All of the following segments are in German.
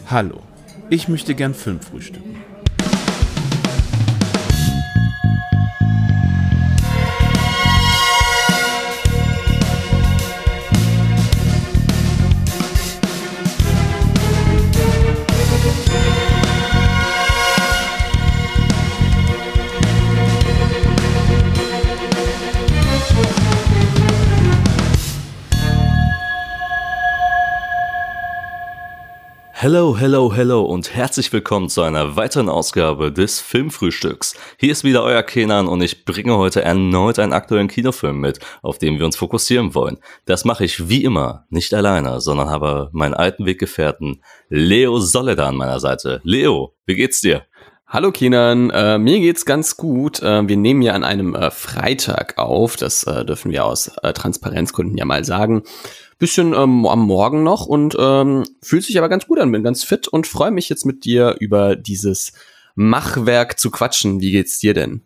Hallo, ich möchte gern Film frühstücken. Hello und herzlich willkommen zu einer weiteren Ausgabe des Filmfrühstücks. Hier ist wieder euer Kenan und ich bringe heute erneut einen aktuellen Kinofilm mit, auf den wir uns fokussieren wollen. Das mache ich wie immer nicht alleine, sondern habe meinen alten Weggefährten Leo Solleder an meiner Seite. Leo, wie geht's dir? Hallo Kenan, mir geht's ganz gut. Wir nehmen ja an einem Freitag auf, das dürfen wir aus Transparenzgründen ja mal sagen. Bisschen am Morgen noch und fühlt sich aber ganz gut an, bin ganz fit und freue mich jetzt mit dir über dieses Machwerk zu quatschen. Wie geht's dir denn?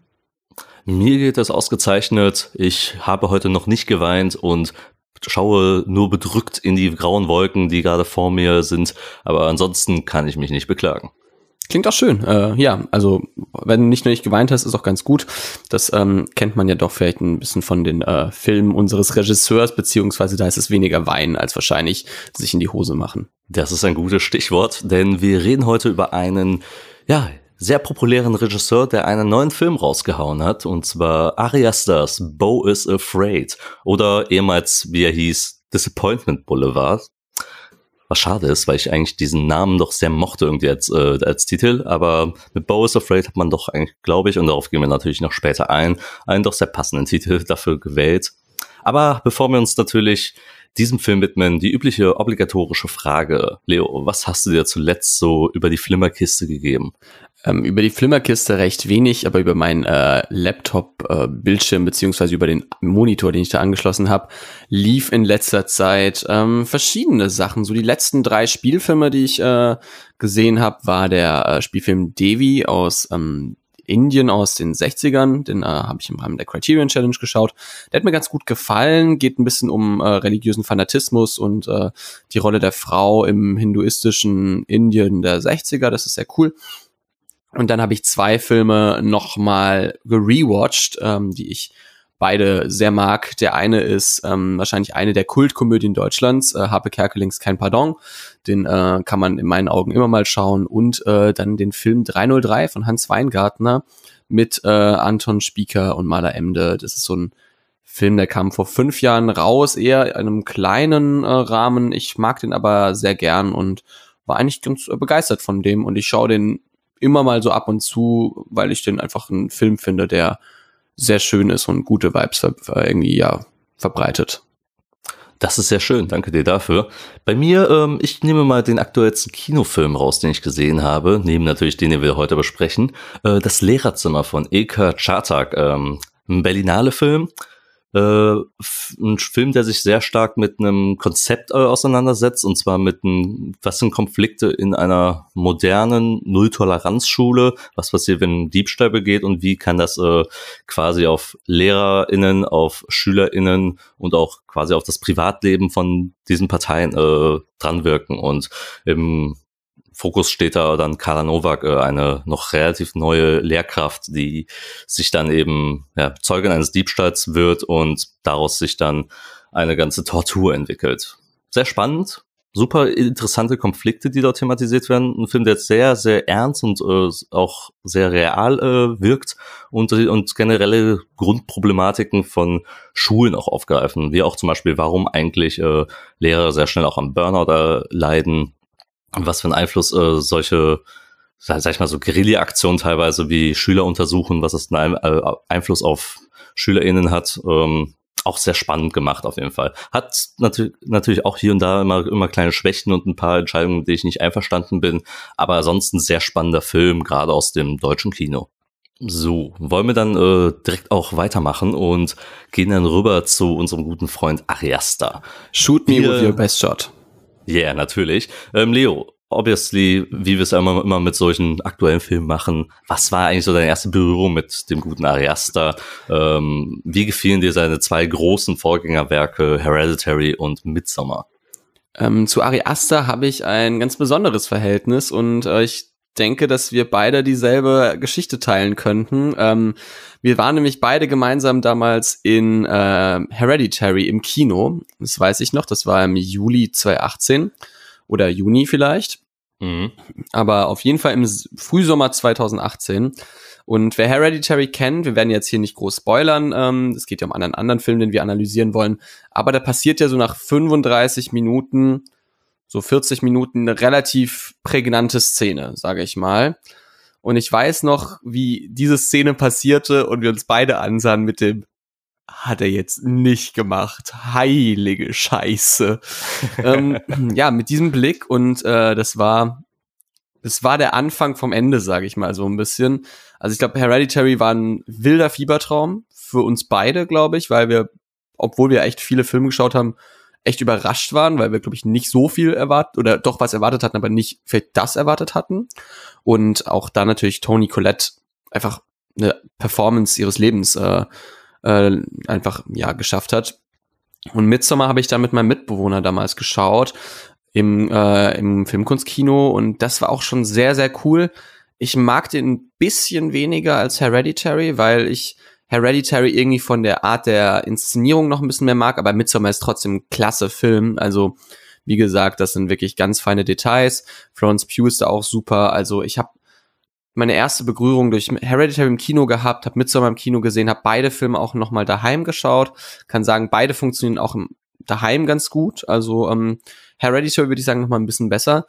Mir geht es ausgezeichnet. Ich habe heute noch nicht geweint und schaue nur bedrückt in die grauen Wolken, die gerade vor mir sind, aber ansonsten kann ich mich nicht beklagen. Klingt auch schön. Ja, also wenn du nicht nur nicht geweint hast, ist auch ganz gut. Das kennt man ja doch vielleicht ein bisschen von den Filmen unseres Regisseurs, beziehungsweise da ist es weniger weinen als wahrscheinlich sich in die Hose machen. Das ist ein gutes Stichwort, denn wir reden heute über einen, sehr populären Regisseur, der einen neuen Film rausgehauen hat, und zwar Ari Asters Beau is Afraid oder ehemals, wie er hieß, Disappointment Boulevard. Was schade ist, weil ich eigentlich diesen Namen doch sehr mochte irgendwie als Titel, aber mit Beau is Afraid hat man doch eigentlich, glaube ich, und darauf gehen wir natürlich noch später einen doch sehr passenden Titel dafür gewählt. Aber bevor wir uns natürlich diesem Film widmen, die übliche obligatorische Frage. Leo, was hast du dir zuletzt so über die Flimmerkiste gegeben? Über die Flimmerkiste recht wenig, aber über meinen Laptop-Bildschirm beziehungsweise über den Monitor, den ich da angeschlossen habe, lief in letzter Zeit verschiedene Sachen. So die letzten 3 Spielfilme, die ich gesehen habe, war der Spielfilm Devi aus Indien aus den 60ern, den habe ich im Rahmen der Criterion Challenge geschaut. Der hat mir ganz gut gefallen, geht ein bisschen um religiösen Fanatismus und die Rolle der Frau im hinduistischen Indien der 60er, das ist sehr cool. Und dann habe ich 2 Filme nochmal gerewatcht, die ich beide sehr mag. Der eine ist wahrscheinlich eine der Kultkomödien Deutschlands, Harpe Kerkelings Kein Pardon. Den kann man in meinen Augen immer mal schauen. Und dann den Film 303 von Hans Weingartner mit Anton Spieker und Maler Emde. Das ist so ein Film, der kam vor 5 Jahren raus, eher in einem kleinen Rahmen. Ich mag den aber sehr gern und war eigentlich ganz begeistert von dem. Und ich schaue den immer mal so ab und zu, weil ich den einfach einen Film finde, der sehr schön ist und gute Vibes irgendwie verbreitet. Das ist sehr schön, danke dir dafür. Bei mir, ich nehme mal den aktuellsten Kinofilm raus, den ich gesehen habe, neben natürlich den wir heute besprechen. Das Lehrerzimmer von Ilker Çatak, ein Berlinale-Film. Ein Film, der sich sehr stark mit einem Konzept auseinandersetzt, und zwar was sind Konflikte in einer modernen Null-Toleranz-Schule, was passiert, wenn ein Diebstahl begeht und wie kann das quasi auf LehrerInnen, auf SchülerInnen und auch quasi auf das Privatleben von diesen Parteien dranwirken. Und im Fokus steht da dann Carla Nowak, eine noch relativ neue Lehrkraft, die sich dann eben Zeugin eines Diebstahls wird und daraus sich dann eine ganze Tortur entwickelt. Sehr spannend, super interessante Konflikte, die dort thematisiert werden. Ein Film, der sehr, sehr ernst und auch sehr real wirkt und generelle Grundproblematiken von Schulen auch aufgreifen, wie auch zum Beispiel, warum eigentlich Lehrer sehr schnell auch am Burnout leiden. Und was für einen Einfluss solche, sag ich mal, so Guerilla-Aktionen teilweise wie Schüler untersuchen, was es einen Einfluss auf SchülerInnen hat, auch sehr spannend gemacht auf jeden Fall. Hat natürlich auch hier und da immer kleine Schwächen und ein paar Entscheidungen, mit denen ich nicht einverstanden bin, aber ansonsten sehr spannender Film, gerade aus dem deutschen Kino. So, wollen wir dann direkt auch weitermachen und gehen dann rüber zu unserem guten Freund Ari Aster. Shoot me with your best shot. Yeah, natürlich. Leo, obviously, wie wir es ja immer mit solchen aktuellen Filmen machen, was war eigentlich so deine erste Berührung mit dem guten Ari Aster? Wie gefielen dir seine 2 großen Vorgängerwerke, Hereditary und Midsommar? Zu Ari Aster habe ich ein ganz besonderes Verhältnis und ich denke, dass wir beide dieselbe Geschichte teilen könnten. Wir waren nämlich beide gemeinsam damals in Hereditary im Kino. Das weiß ich noch, das war im Juli 2018 oder Juni vielleicht. Aber auf jeden Fall im Frühsommer 2018. Und wer Hereditary kennt, wir werden jetzt hier nicht groß spoilern, es geht ja um einen anderen Film, den wir analysieren wollen, aber da passiert ja so nach 35 Minuten, so 40 Minuten eine relativ prägnante Szene, sage ich mal. Und ich weiß noch, wie diese Szene passierte und wir uns beide ansahen mit dem, hat er jetzt nicht gemacht, heilige Scheiße. Ja, mit diesem Blick und das war der Anfang vom Ende, sage ich mal so ein bisschen. Also ich glaube, Hereditary war ein wilder Fiebertraum für uns beide, glaube ich, weil wir, obwohl wir echt viele Filme geschaut haben, echt überrascht waren, weil wir, glaube ich, nicht so viel erwartet oder doch was erwartet hatten, aber nicht vielleicht das erwartet hatten. Und auch da natürlich Toni Collette einfach eine Performance ihres Lebens einfach ja geschafft hat. Und Midsommar habe ich da mit meinem Mitbewohner damals geschaut im Filmkunstkino und das war auch schon sehr, sehr cool. Ich mag den ein bisschen weniger als Hereditary, weil ich Hereditary irgendwie von der Art der Inszenierung noch ein bisschen mehr mag, aber Midsommar ist trotzdem ein klasse Film. Also wie gesagt, das sind wirklich ganz feine Details. Florence Pugh ist da auch super. Also ich habe meine erste Berührung durch Hereditary im Kino gehabt, habe Midsommar im Kino gesehen, habe beide Filme auch nochmal daheim geschaut. Kann sagen, beide funktionieren auch daheim ganz gut. Also Hereditary würde ich sagen nochmal ein bisschen besser.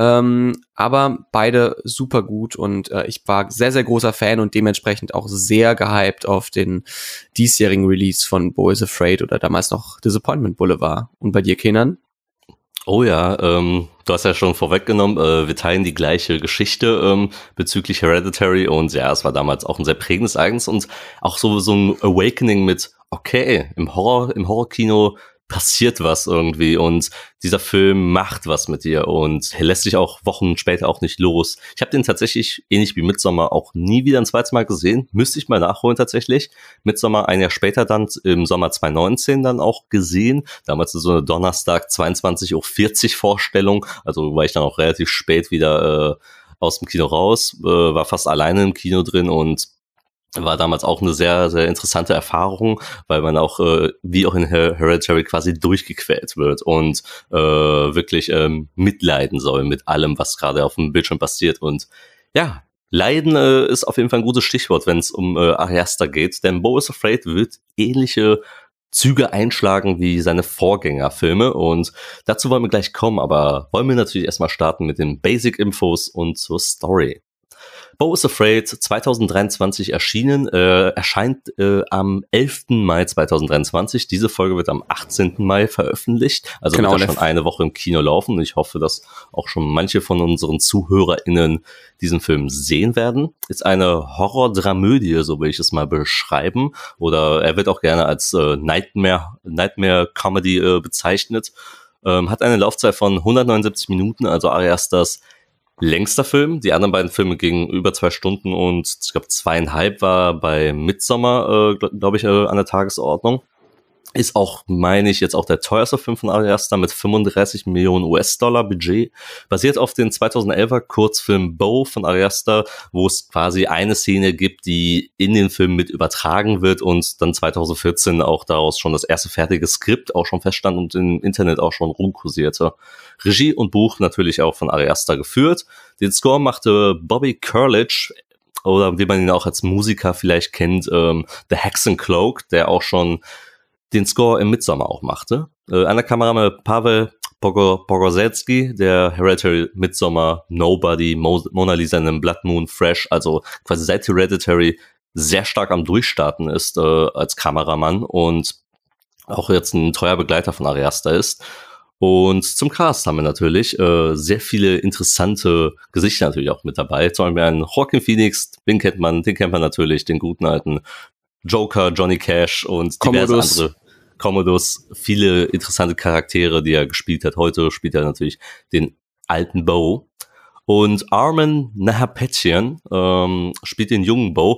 Aber beide super gut und ich war sehr, sehr großer Fan und dementsprechend auch sehr gehypt auf den diesjährigen Release von Beau is Afraid oder damals noch Disappointment Boulevard. Und bei dir, Kenan? Oh ja, du hast ja schon vorweggenommen, wir teilen die gleiche Geschichte bezüglich Hereditary und ja, es war damals auch ein sehr prägendes Ereignis und auch so ein Awakening mit, okay, im Horrorkino passiert was irgendwie und dieser Film macht was mit dir und lässt sich auch Wochen später auch nicht los. Ich habe den tatsächlich, ähnlich wie Midsommar, auch nie wieder ein zweites Mal gesehen. Müsste ich mal nachholen tatsächlich. Midsommar ein Jahr später dann, im Sommer 2019 dann auch gesehen. Damals so eine Donnerstag 22:40 Uhr Vorstellung. Also war ich dann auch relativ spät wieder aus dem Kino raus. War fast alleine im Kino drin und war damals auch eine sehr, sehr interessante Erfahrung, weil man auch, wie auch in Hereditary, quasi durchgequält wird und wirklich mitleiden soll mit allem, was gerade auf dem Bildschirm passiert. Und ja, Leiden ist auf jeden Fall ein gutes Stichwort, wenn es um Ari Aster geht, denn Beau is Afraid wird ähnliche Züge einschlagen wie seine Vorgängerfilme und dazu wollen wir gleich kommen, aber wollen wir natürlich erstmal starten mit den Basic-Infos und zur Story. Beau is Afraid 2023 erschienen, erscheint am 11. Mai 2023. Diese Folge wird am 18. Mai veröffentlicht, also genau, wird schon eine Woche im Kino laufen. Ich hoffe, dass auch schon manche von unseren ZuhörerInnen diesen Film sehen werden. Ist eine Horror-Dramödie, so will ich es mal beschreiben, oder er wird auch gerne als Nightmare-Comedy bezeichnet. Hat eine Laufzeit von 179 Minuten, also Ari Asters längster Film. Die anderen beiden Filme gingen über 2 Stunden und ich glaube 2,5 war bei Midsommar, glaube ich, an der Tagesordnung. Ist auch, meine ich, jetzt auch der teuerste Film von Ari Aster mit 35 Millionen US-Dollar Budget. Basiert auf den 2011er Kurzfilm Beau von Ari Aster, wo es quasi eine Szene gibt, die in den Film mit übertragen wird und dann 2014 auch daraus schon das erste fertige Skript auch schon feststand und im Internet auch schon rumkursierte. Regie und Buch natürlich auch von Ari Aster geführt. Den Score machte Bobby Kurlich, oder wie man ihn auch als Musiker vielleicht kennt, The Hexencloak, der auch schon den Score im Midsommar auch machte. An der Kamera mit Paweł Pogorzelski, der Hereditary, Midsommar, Nobody, Mona Lisa and Blood Moon, Fresh, also quasi seit Hereditary sehr stark am Durchstarten ist als Kameramann und auch jetzt ein treuer Begleiter von Ari Aster ist. Und zum Cast haben wir natürlich sehr viele interessante Gesichter natürlich auch mit dabei. Zum Beispiel einen Joaquin Phoenix, den kennt man natürlich, den guten alten Joker, Johnny Cash und diverse andere Commodus, viele interessante Charaktere, die er gespielt hat. Heute spielt er natürlich den alten Beau. Und Armen Nahapetian spielt den jungen Beau.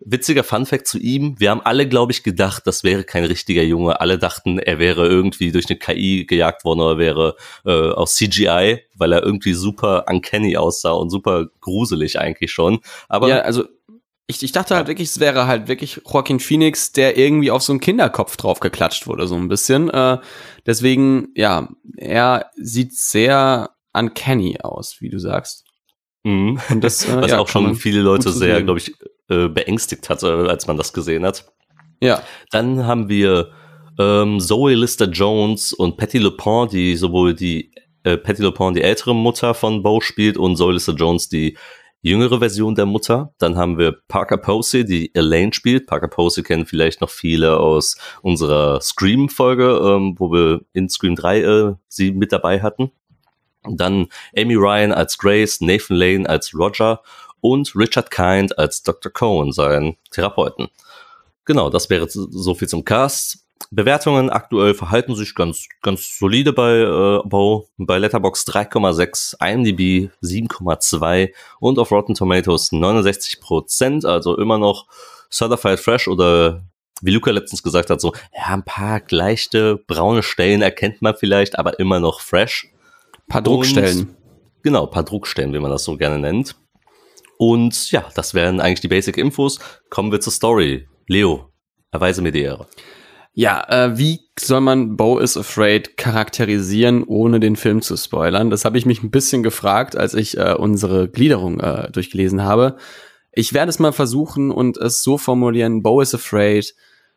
witziger Funfact zu ihm, wir haben alle, glaube ich, gedacht, das wäre kein richtiger Junge. Alle dachten, er wäre irgendwie durch eine KI gejagt worden oder wäre aus CGI, weil er irgendwie super uncanny aussah und super gruselig eigentlich schon. Aber ja, also ich dachte halt wirklich, es wäre halt wirklich Joaquin Phoenix, der irgendwie auf so einen Kinderkopf drauf geklatscht wurde, so ein bisschen. Deswegen, ja, er sieht sehr uncanny aus, wie du sagst. Und das, was auch schon viele Leute sehr, glaube ich, beängstigt hat, als man das gesehen hat. Ja. Dann haben wir Zoe Lister-Jones und Patti LuPone, die sowohl Patti LuPone die ältere Mutter von Bo spielt und Zoe Lister-Jones die jüngere Version der Mutter. Dann haben wir Parker Posey, die Elaine spielt. Parker Posey kennen vielleicht noch viele aus unserer Scream-Folge, wo wir in Scream 3 sie mit dabei hatten. Dann Amy Ryan als Grace, Nathan Lane als Roger und Richard Kind als Dr. Cohen, seinen Therapeuten. Genau, das wäre so viel zum Cast. Bewertungen aktuell verhalten sich ganz solide bei Bo. Bei Letterboxd 3,6, IMDb 7,2 und auf Rotten Tomatoes 69%, also immer noch certified fresh oder wie Luca letztens gesagt hat, so, ja, ein paar leichte braune Stellen erkennt man vielleicht, aber immer noch fresh. Paar Druckstellen. Und, genau, paar Druckstellen, wie man das so gerne nennt. Und ja, das wären eigentlich die Basic-Infos. Kommen wir zur Story. Leo, erweise mir die Ehre. Ja, wie soll man Bo is Afraid charakterisieren, ohne den Film zu spoilern? Das habe ich mich ein bisschen gefragt, als ich unsere Gliederung durchgelesen habe. Ich werde es mal versuchen und es so formulieren: Bo is Afraid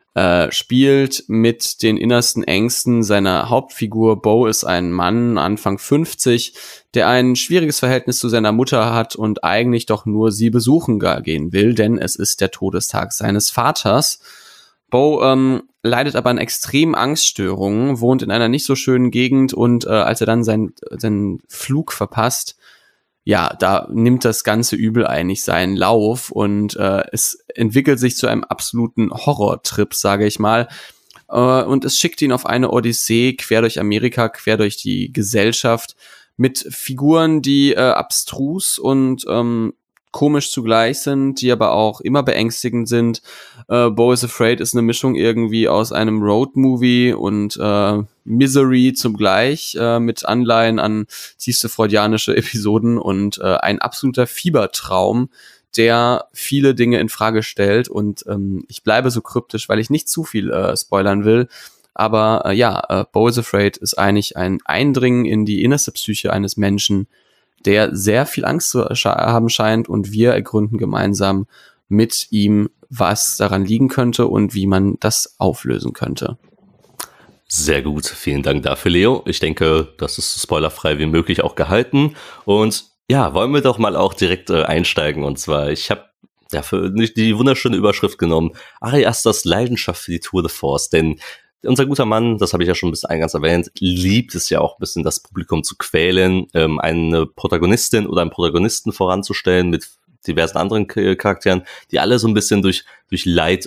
spielt mit den innersten Ängsten seiner Hauptfigur. Bo ist ein Mann, Anfang 50, der ein schwieriges Verhältnis zu seiner Mutter hat und eigentlich doch nur sie besuchen gehen will, denn es ist der Todestag seines Vaters. Bo leidet aber an extremen Angststörungen, wohnt in einer nicht so schönen Gegend und als er dann seinen Flug verpasst, ja, da nimmt das ganze Übel eigentlich seinen Lauf und es entwickelt sich zu einem absoluten Horrortrip, sage ich mal. Und es schickt ihn auf eine Odyssee quer durch Amerika, quer durch die Gesellschaft mit Figuren, die abstrus und komisch zugleich sind, die aber auch immer beängstigend sind. Bo is Afraid ist eine Mischung irgendwie aus einem Road-Movie und Misery zugleich, mit Anleihen an tiefste freudianische Episoden und ein absoluter Fiebertraum, der viele Dinge in Frage stellt. Und ich bleibe so kryptisch, weil ich nicht zu viel spoilern will. Aber Bo is Afraid ist eigentlich ein Eindringen in die innerste Psyche eines Menschen, der sehr viel Angst zu haben scheint, und wir ergründen gemeinsam mit ihm, was daran liegen könnte und wie man das auflösen könnte. Sehr gut, vielen Dank dafür, Leo. Ich denke, das ist so spoilerfrei wie möglich auch gehalten. Und ja, wollen wir doch mal auch direkt einsteigen. Und zwar, ich habe für die wunderschöne Überschrift genommen: Ari Asters Leidenschaft für die Tour de Force. Denn unser guter Mann, das habe ich ja schon ein bisschen eingangs erwähnt, liebt es ja auch ein bisschen, das Publikum zu quälen, eine Protagonistin oder einen Protagonisten voranzustellen mit diversen anderen Charakteren, die alle so ein bisschen durch Leid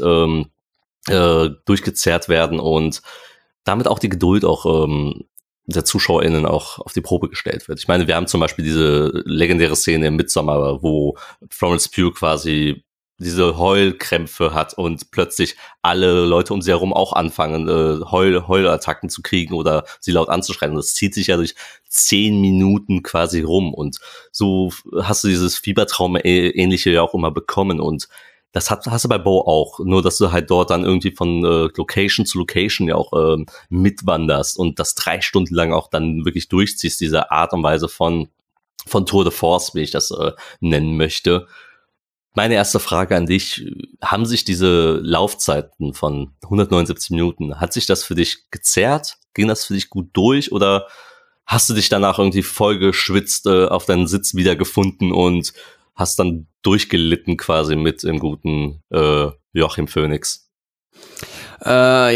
durchgezerrt werden und damit auch die Geduld auch der ZuschauerInnen auch auf die Probe gestellt wird. Ich meine, wir haben zum Beispiel diese legendäre Szene im Midsommar, wo Florence Pugh quasi diese Heulkrämpfe hat und plötzlich alle Leute um sie herum auch anfangen, Heulattacken zu kriegen oder sie laut anzuschreien. Und das zieht sich ja durch 10 Minuten quasi rum. Und so hast du dieses Fiebertraum-ähnliche ja auch immer bekommen. Und das hast du bei Bo auch. Nur, dass du halt dort dann irgendwie von Location zu Location ja auch mitwanderst und das 3 Stunden lang auch dann wirklich durchziehst, diese Art und Weise von Tour de Force, wie ich das nennen möchte. Meine erste Frage an dich: Haben sich diese Laufzeiten von 179 Minuten, hat sich das für dich gezerrt? Ging das für dich gut durch oder hast du dich danach irgendwie voll geschwitzt auf deinen Sitz wiedergefunden und hast dann durchgelitten quasi mit dem guten Joachim Phoenix? Ich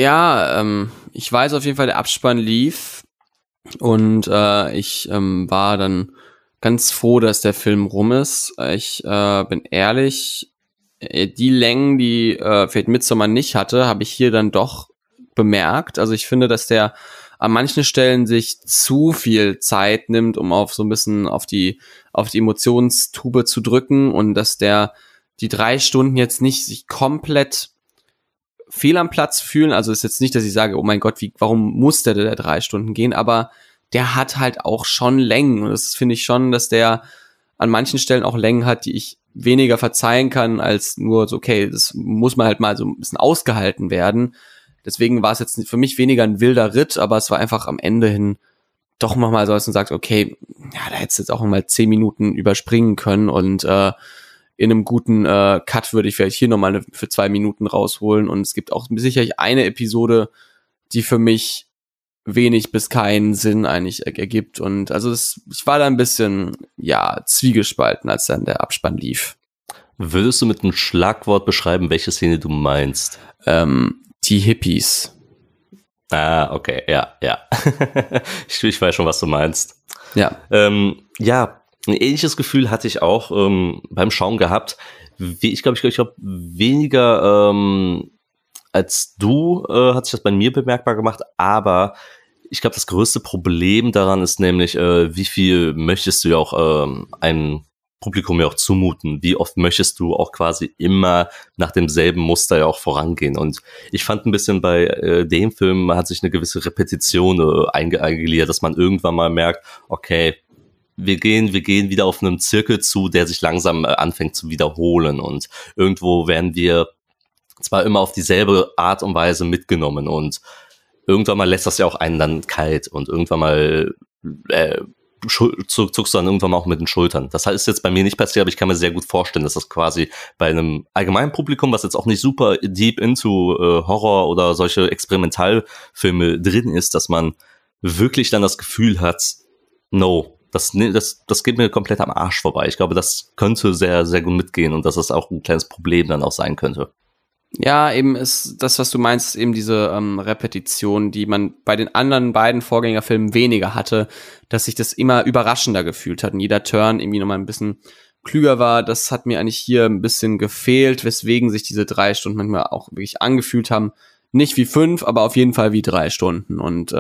weiß auf jeden Fall, der Abspann lief und ich war dann ganz froh, dass der Film rum ist. Ich bin ehrlich, die Längen, die vielleicht Midsommar nicht hatte, habe ich hier dann doch bemerkt. Also ich finde, dass der an manchen Stellen sich zu viel Zeit nimmt, um auf so ein bisschen auf die Emotionstube zu drücken, und dass der die 3 Stunden jetzt nicht sich komplett fehl am Platz fühlen. Also ist jetzt nicht, dass ich sage, oh mein Gott, warum muss der 3 Stunden gehen? Aber der hat halt auch schon Längen. Und das finde ich schon, dass der an manchen Stellen auch Längen hat, die ich weniger verzeihen kann, als nur so, okay, das muss man halt mal so ein bisschen ausgehalten werden. Deswegen war es jetzt für mich weniger ein wilder Ritt, aber es war einfach am Ende hin doch nochmal so, dass man sagt, okay, ja, da hättest du jetzt auch mal 10 Minuten überspringen können und in einem guten Cut würde ich vielleicht hier nochmal für 2 Minuten rausholen. Und es gibt auch sicherlich eine Episode, die für mich wenig bis keinen Sinn eigentlich ergibt. Und also ich war da ein bisschen, ja, zwiegespalten, als dann der Abspann lief. Würdest du mit einem Schlagwort beschreiben, welche Szene du meinst? Die Hippies. Ah, okay, ja. Ich weiß schon, was du meinst. Ja. Ja, ein ähnliches Gefühl hatte ich auch beim Schauen gehabt. Ich glaube, weniger als du hat sich das bei mir bemerkbar gemacht, aber ich glaube, das größte Problem daran ist nämlich, wie viel möchtest du ja auch einem Publikum ja auch zumuten? Wie oft möchtest du auch quasi immer nach demselben Muster ja auch vorangehen? Und ich fand ein bisschen bei dem Film hat sich eine gewisse Repetition eingegliedert, dass man irgendwann mal merkt, okay, wir gehen wieder auf einen Zirkel zu, der sich langsam anfängt zu wiederholen. Und irgendwo werden wir zwar immer auf dieselbe Art und Weise mitgenommen und irgendwann mal lässt das ja auch einen dann kalt und irgendwann mal zuckst du dann irgendwann mal auch mit den Schultern. Das ist jetzt bei mir nicht passiert, aber ich kann mir sehr gut vorstellen, dass das quasi bei einem allgemeinen Publikum, was jetzt auch nicht super deep into Horror oder solche Experimentalfilme drin ist, dass man wirklich dann das Gefühl hat, no, das geht mir komplett am Arsch vorbei. Ich glaube, das könnte sehr, sehr gut mitgehen und dass das auch ein kleines Problem dann auch sein könnte. Ja, eben ist das, was du meinst, eben diese Repetition, die man bei den anderen beiden Vorgängerfilmen weniger hatte, dass sich das immer überraschender gefühlt hat und jeder Turn irgendwie nochmal ein bisschen klüger war. Das hat mir eigentlich hier ein bisschen gefehlt, weswegen sich diese 3 Stunden manchmal auch wirklich angefühlt haben. Nicht wie 5, aber auf jeden Fall wie 3 Stunden und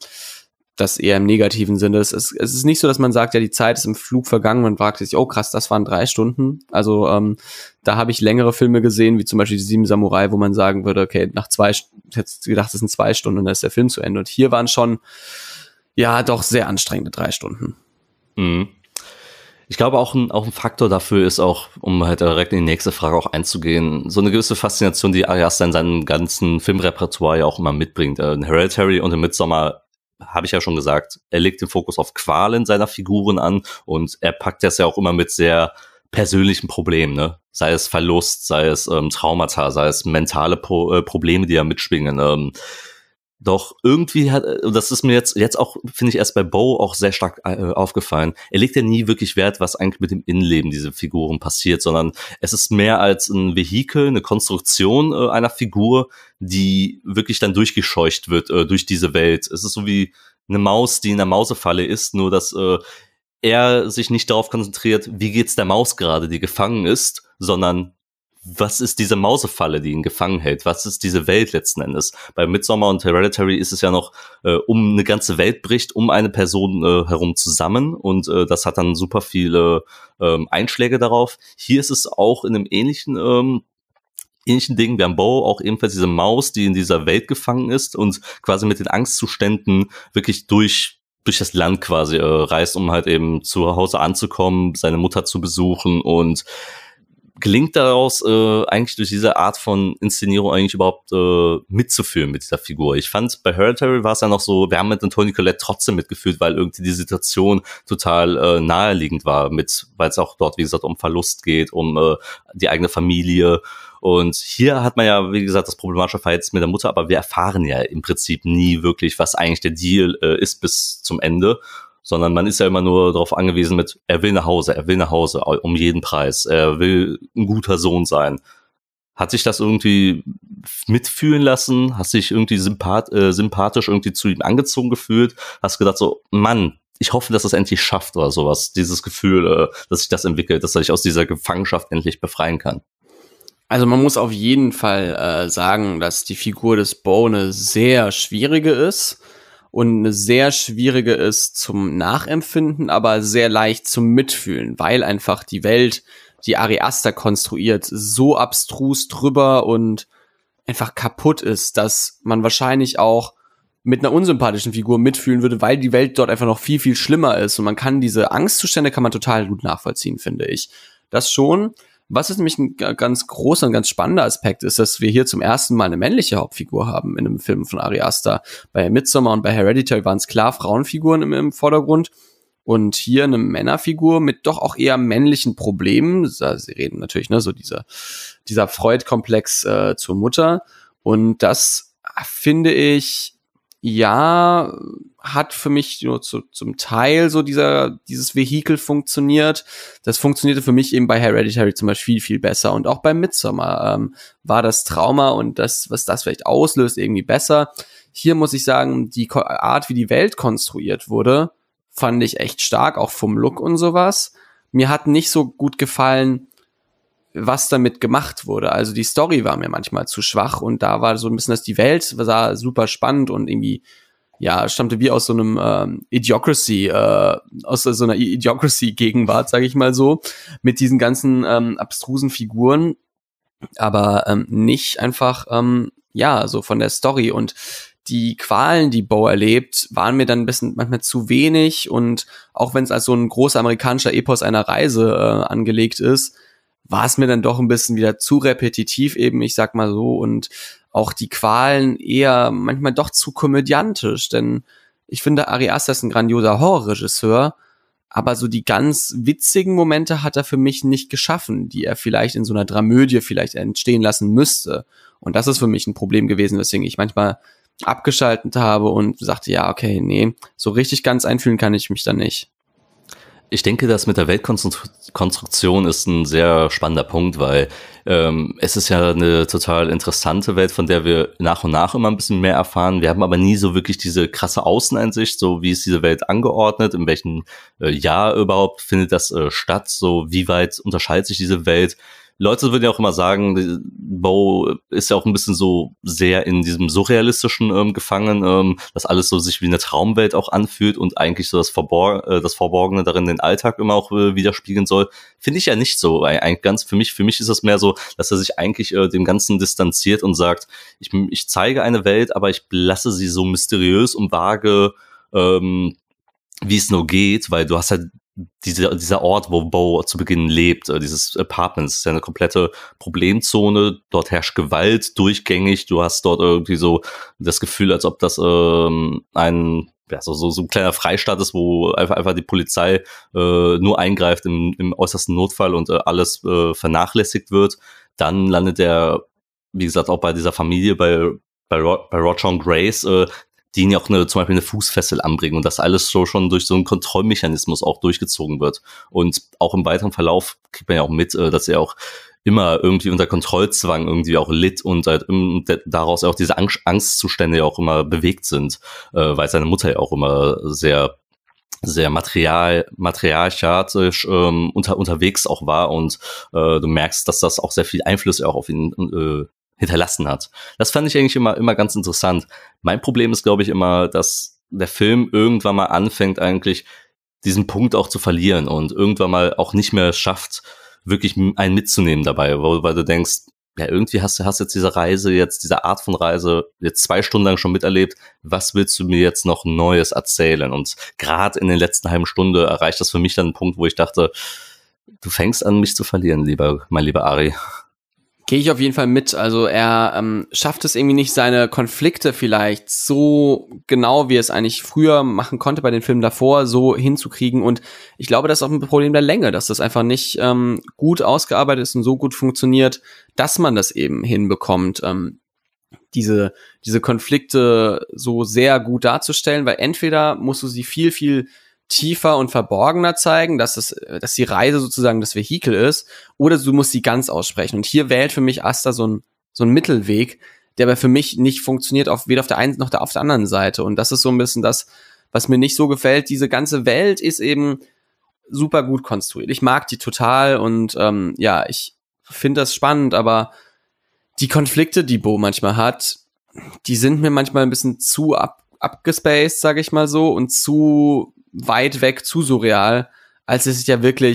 das eher im negativen Sinne. Es ist nicht so, dass man sagt, ja, die Zeit ist im Flug vergangen. Man fragt sich, oh krass, das waren 3 Stunden. Also da habe ich längere Filme gesehen, wie zum Beispiel die 7 Samurai, wo man sagen würde, okay, nach 2, ich hätte gedacht, das sind 2 Stunden und dann ist der Film zu Ende. Und hier waren schon, ja, doch sehr anstrengende 3 Stunden. Mhm. Ich glaube auch ein Faktor dafür ist auch, um halt direkt in die nächste Frage auch einzugehen, so eine gewisse Faszination, die Ari Aster in seinem ganzen Filmrepertoire ja auch immer mitbringt. In Hereditary und in Midsommar habe ich ja schon gesagt, er legt den Fokus auf Qualen seiner Figuren an und er packt das ja auch immer mit sehr persönlichen Problemen, ne? Sei es Verlust, sei es Traumata, sei es mentale Probleme, die ja mitschwingen. Doch irgendwie das ist mir jetzt auch, finde ich, erst bei Bo auch sehr stark aufgefallen, er legt ja nie wirklich Wert, was eigentlich mit dem Innenleben dieser Figuren passiert, sondern es ist mehr als ein Vehikel, eine Konstruktion einer Figur, die wirklich dann durchgescheucht wird durch diese Welt. Es ist so wie eine Maus, die in der Mausefalle ist, nur dass er sich nicht darauf konzentriert, wie geht's der Maus gerade, die gefangen ist, sondern was ist diese Mausefalle, die ihn gefangen hält? Was ist diese Welt letzten Endes? Bei Midsommar und Hereditary ist es ja noch, um eine ganze Welt bricht, um eine Person herum zusammen und das hat dann super viele Einschläge darauf. Hier ist es auch in einem ähnlichen Ding. Wir haben Bo auch ebenfalls diese Maus, die in dieser Welt gefangen ist und quasi mit den Angstzuständen wirklich durch das Land quasi reist, um halt eben zu Hause anzukommen, seine Mutter zu besuchen und gelingt daraus eigentlich durch diese Art von Inszenierung eigentlich überhaupt mitzufühlen mit dieser Figur. Ich fand, bei Hereditary war es ja noch so, wir haben mit Toni Collette trotzdem mitgefühlt, weil irgendwie die Situation total naheliegend war, weil es auch dort, wie gesagt, um Verlust geht, um die eigene Familie. Und hier hat man ja, wie gesagt, das problematische Verhältnis mit der Mutter, aber wir erfahren ja im Prinzip nie wirklich, was eigentlich der Deal ist bis zum Ende. Sondern man ist ja immer nur darauf angewiesen er will nach Hause, um jeden Preis, er will ein guter Sohn sein. Hat sich das irgendwie mitfühlen lassen? Hast dich irgendwie sympathisch irgendwie zu ihm angezogen gefühlt? Hast gedacht so, Mann, ich hoffe, dass es endlich schafft oder sowas, dieses Gefühl, dass sich das entwickelt, dass er sich aus dieser Gefangenschaft endlich befreien kann? Also man muss auf jeden Fall sagen, dass die Figur des Bo eine sehr schwierige ist. Und eine sehr schwierige ist zum Nachempfinden, aber sehr leicht zum Mitfühlen, weil einfach die Welt, die Ari Aster konstruiert, so abstrus drüber und einfach kaputt ist, dass man wahrscheinlich auch mit einer unsympathischen Figur mitfühlen würde, weil die Welt dort einfach noch viel, viel schlimmer ist. Und man kann diese Angstzustände kann man total gut nachvollziehen, finde ich. Das schon. Was ist nämlich ein ganz großer und ganz spannender Aspekt ist, dass wir hier zum ersten Mal eine männliche Hauptfigur haben in einem Film von Ari Aster. Bei Midsommar und bei Hereditary waren es klar Frauenfiguren im Vordergrund. Und hier eine Männerfigur mit doch auch eher männlichen Problemen. Sie reden natürlich, ne, so dieser Freud-Komplex zur Mutter. Und das finde ich, ja, hat für mich nur zum Teil so dieses Vehikel funktioniert. Das funktionierte für mich eben bei Hereditary zum Beispiel viel, viel besser. Und auch bei Midsommar war das Trauma und das, was das vielleicht auslöst, irgendwie besser. Hier muss ich sagen, die Art, wie die Welt konstruiert wurde, fand ich echt stark, auch vom Look und sowas. Mir hat nicht so gut gefallen, was damit gemacht wurde. Also die Story war mir manchmal zu schwach und da war so ein bisschen, dass die Welt sah super spannend und irgendwie, ja, stammte wie aus so einem aus so einer Idiocracy-Gegenwart, sage ich mal so, mit diesen ganzen abstrusen Figuren, aber nicht einfach, so von der Story. Und die Qualen, die Bo erlebt, waren mir dann ein bisschen manchmal zu wenig und auch wenn es als so ein großer amerikanischer Epos einer Reise angelegt ist, war es mir dann doch ein bisschen wieder zu repetitiv eben, ich sag mal so, und auch die Qualen eher manchmal doch zu komödiantisch, denn ich finde, Ari Aster ist ein grandioser Horrorregisseur, aber so die ganz witzigen Momente hat er für mich nicht geschaffen, die er vielleicht in so einer Dramödie vielleicht entstehen lassen müsste. Und das ist für mich ein Problem gewesen, weswegen ich manchmal abgeschaltet habe und sagte, ja, okay, nee, so richtig ganz einfühlen kann ich mich da nicht. Ich denke, das mit der Weltkonstruktion ist ein sehr spannender Punkt, weil es ist ja eine total interessante Welt, von der wir nach und nach immer ein bisschen mehr erfahren. Wir haben aber nie so wirklich diese krasse Außeneinsicht, so wie ist diese Welt angeordnet, in welchem Jahr überhaupt findet das statt, so wie weit unterscheidet sich diese Welt. Leute würden ja auch immer sagen, Bo ist ja auch ein bisschen so sehr in diesem Surrealistischen gefangen, dass alles so sich wie eine Traumwelt auch anfühlt und eigentlich so das Verborgene darin den Alltag immer auch widerspiegeln soll. Finde ich ja nicht so. Für mich ist es mehr so, dass er sich eigentlich dem Ganzen distanziert und sagt, ich zeige eine Welt, aber ich lasse sie so mysteriös und vage, wie es nur geht, weil du hast halt dieser Ort, wo Bo zu Beginn lebt, dieses Apartment, ist ja eine komplette Problemzone, dort herrscht Gewalt durchgängig, du hast dort irgendwie so das Gefühl, als ob das so ein kleiner Freistaat ist, wo einfach die Polizei nur eingreift im äußersten Notfall und alles vernachlässigt wird. Dann landet er, wie gesagt, auch bei dieser Familie, bei Roger und Grace, die ihn ja auch zum Beispiel eine Fußfessel anbringen und das alles so schon durch so einen Kontrollmechanismus auch durchgezogen wird. Und auch im weiteren Verlauf kriegt man ja auch mit, dass er auch immer irgendwie unter Kontrollzwang irgendwie auch litt und halt daraus auch diese Angstzustände ja auch immer bewegt sind, weil seine Mutter ja auch immer sehr sehr matriarchatisch unterwegs auch war und du merkst, dass das auch sehr viel Einfluss auch auf ihn hinterlassen hat. Das fand ich eigentlich immer ganz interessant. Mein Problem ist, glaube ich, immer, dass der Film irgendwann mal anfängt, eigentlich diesen Punkt auch zu verlieren und irgendwann mal auch nicht mehr schafft, wirklich einen mitzunehmen dabei, weil du denkst, ja, irgendwie hast jetzt diese Art von Reise jetzt 2 Stunden lang schon miterlebt. Was willst du mir jetzt noch Neues erzählen? Und gerade in den letzten halben Stunde erreicht das für mich dann einen Punkt, wo ich dachte, du fängst an, mich zu verlieren, mein lieber Ari. Gehe ich auf jeden Fall mit. Also er schafft es irgendwie nicht, seine Konflikte vielleicht so genau, wie er es eigentlich früher machen konnte bei den Filmen davor, so hinzukriegen. Und ich glaube, das ist auch ein Problem der Länge, dass das einfach nicht gut ausgearbeitet ist und so gut funktioniert, dass man das eben hinbekommt, diese Konflikte so sehr gut darzustellen, weil entweder musst du sie viel, viel tiefer und verborgener zeigen, dass die Reise sozusagen das Vehikel ist, oder du musst sie ganz aussprechen. Und hier wählt für mich Aster so ein Mittelweg, der aber für mich nicht funktioniert, weder auf der einen noch auf der anderen Seite. Und das ist so ein bisschen das, was mir nicht so gefällt. Diese ganze Welt ist eben super gut konstruiert. Ich mag die total und ich finde das spannend, aber die Konflikte, die Bo manchmal hat, die sind mir manchmal ein bisschen zu abgespaced, sage ich mal so, und zu weit weg, zu surreal, als es sich ja wirklich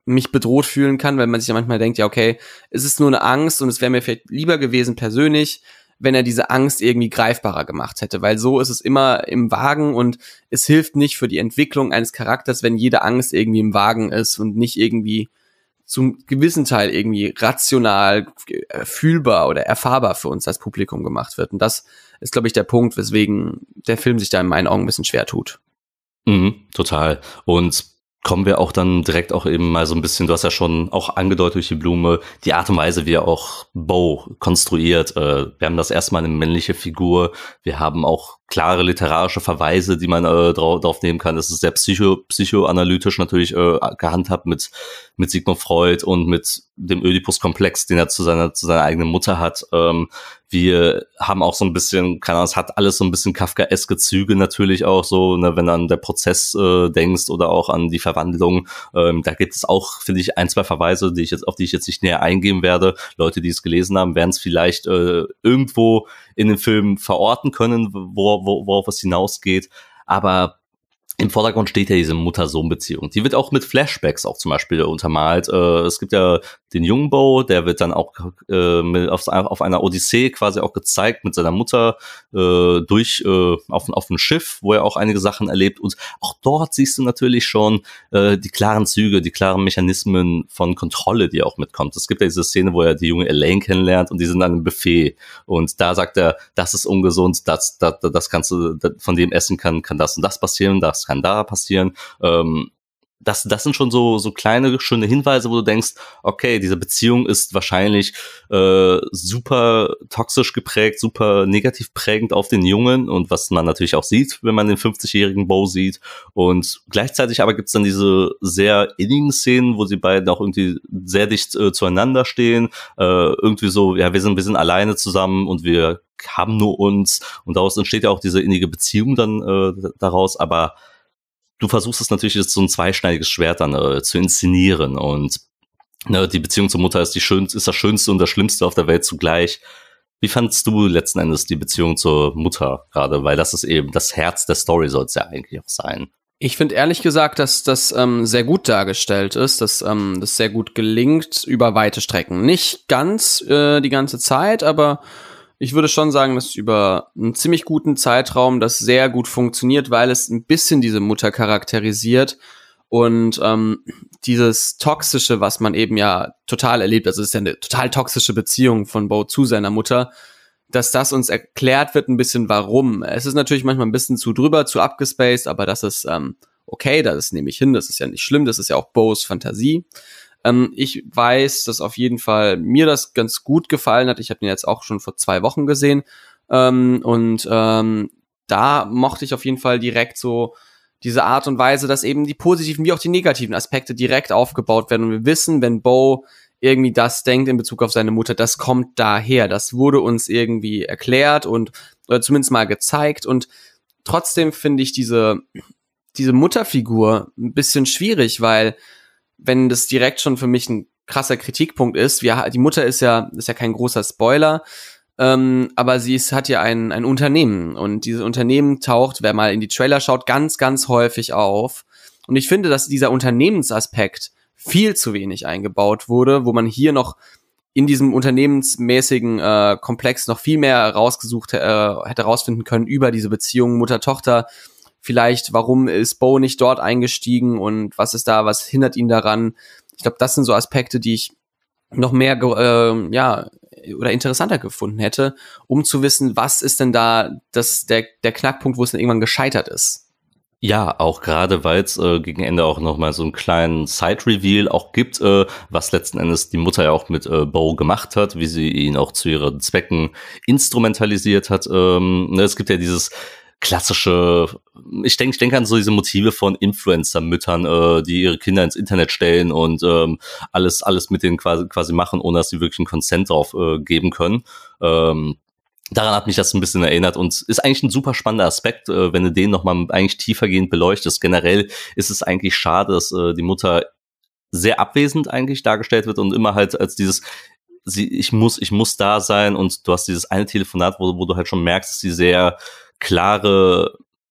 mich bedroht fühlen kann, weil man sich ja manchmal denkt, ja okay, es ist nur eine Angst und es wäre mir vielleicht lieber gewesen persönlich, wenn er diese Angst irgendwie greifbarer gemacht hätte, weil so ist es immer im Wagen und es hilft nicht für die Entwicklung eines Charakters, wenn jede Angst irgendwie im Wagen ist und nicht irgendwie zum gewissen Teil irgendwie rational fühlbar oder erfahrbar für uns als Publikum gemacht wird. Und das ist, glaube ich, der Punkt, weswegen der Film sich da in meinen Augen ein bisschen schwer tut. Total. Und kommen wir auch dann direkt auch eben mal so ein bisschen, du hast ja schon auch angedeutet durch die Blume, die Art und Weise, wie er auch Bo konstruiert. Wir haben das erstmal eine männliche Figur, wir haben auch klare literarische Verweise, die man drauf nehmen kann. Das ist sehr psychoanalytisch natürlich gehandhabt mit Sigmund Freud und mit dem Ödipus-Komplex, den er zu seiner eigenen Mutter hat. Wir haben auch so ein bisschen, keine Ahnung, es hat alles so ein bisschen Kafkaeske Züge natürlich auch so, ne, wenn du an der Prozess denkst oder auch an die Verwandlung. Da gibt es auch, finde ich, ein, zwei Verweise, auf die ich jetzt nicht näher eingehen werde. Leute, die es gelesen haben, werden es vielleicht irgendwo in den Film verorten können, worauf es hinausgeht. Aber im Vordergrund steht ja diese Mutter-Sohn-Beziehung. Die wird auch mit Flashbacks auch zum Beispiel untermalt. Es gibt ja den jungen Bo, der wird dann auch auf einer Odyssee quasi auch gezeigt mit seiner Mutter auf einem Schiff, wo er auch einige Sachen erlebt. Und auch dort siehst du natürlich schon die klaren Züge, die klaren Mechanismen von Kontrolle, die auch mitkommt. Es gibt ja diese Szene, wo er die junge Elaine kennenlernt und die sind an einem Buffet. Und da sagt er, das ist ungesund, das kannst du, von dem Essen kann das und das passieren, das kann da passieren. Das sind schon so kleine, schöne Hinweise, wo du denkst, okay, diese Beziehung ist wahrscheinlich super toxisch geprägt, super negativ prägend auf den Jungen und was man natürlich auch sieht, wenn man den 50-jährigen Bo sieht. Und gleichzeitig aber gibt's dann diese sehr innigen Szenen, wo sie beiden auch irgendwie sehr dicht zueinander stehen. Irgendwie so, ja, wir sind alleine zusammen und wir haben nur uns. Und daraus entsteht ja auch diese innige Beziehung dann daraus, aber du versuchst es natürlich jetzt so ein zweischneidiges Schwert dann zu inszenieren und die Beziehung zur Mutter ist das Schönste und das Schlimmste auf der Welt zugleich. Wie fandst du letzten Endes die Beziehung zur Mutter gerade? Weil das ist eben das Herz der Story, soll es ja eigentlich auch sein. Ich finde ehrlich gesagt, dass das sehr gut dargestellt ist, dass das sehr gut gelingt über weite Strecken. Nicht ganz die ganze Zeit, aber ich würde schon sagen, dass über einen ziemlich guten Zeitraum das sehr gut funktioniert, weil es ein bisschen diese Mutter charakterisiert und dieses Toxische, was man eben ja total erlebt, also es ist ja eine total toxische Beziehung von Bo zu seiner Mutter, dass das uns erklärt wird ein bisschen warum. Es ist natürlich manchmal ein bisschen zu drüber, zu abgespaced, aber das ist okay, das nehme ich hin, das ist ja nicht schlimm, das ist ja auch Bos Fantasie. Ich weiß, dass auf jeden Fall mir das ganz gut gefallen hat. Ich habe den jetzt auch schon vor 2 Wochen gesehen. Da mochte ich auf jeden Fall direkt so diese Art und Weise, dass eben die positiven wie auch die negativen Aspekte direkt aufgebaut werden. Und wir wissen, wenn Bo irgendwie das denkt in Bezug auf seine Mutter, das kommt daher. Das wurde uns irgendwie erklärt oder zumindest mal gezeigt. Und trotzdem finde ich diese Mutterfigur ein bisschen schwierig, weil wenn das direkt schon für mich ein krasser Kritikpunkt ist, die Mutter ist ja kein großer Spoiler, aber sie hat ja ein Unternehmen und dieses Unternehmen taucht, wer mal in die Trailer schaut, ganz, ganz häufig auf. Und ich finde, dass dieser Unternehmensaspekt viel zu wenig eingebaut wurde, wo man hier noch in diesem unternehmensmäßigen Komplex noch viel mehr hätte rausfinden können über diese Beziehung Mutter-Tochter. Vielleicht, warum ist Bo nicht dort eingestiegen und was hindert ihn daran? Ich glaube, das sind so Aspekte, die ich noch mehr oder interessanter gefunden hätte, um zu wissen, was ist denn da der Knackpunkt, wo es dann irgendwann gescheitert ist. Ja, auch gerade, weil es gegen Ende auch noch mal so einen kleinen Side-Reveal auch gibt, was letzten Endes die Mutter ja auch mit Bo gemacht hat, wie sie ihn auch zu ihren Zwecken instrumentalisiert hat. Es gibt ja dieses klassische, ich denke an so diese Motive von Influencer-Müttern, die ihre Kinder ins Internet stellen und alles mit denen quasi machen, ohne dass sie wirklich einen Consent drauf geben können. Daran hat mich das ein bisschen erinnert und ist eigentlich ein super spannender Aspekt, wenn du den nochmal eigentlich tiefergehend beleuchtest. Generell ist es eigentlich schade, dass die Mutter sehr abwesend eigentlich dargestellt wird und immer halt als dieses ich muss da sein und du hast dieses eine Telefonat, wo du halt schon merkst, dass sie sehr klare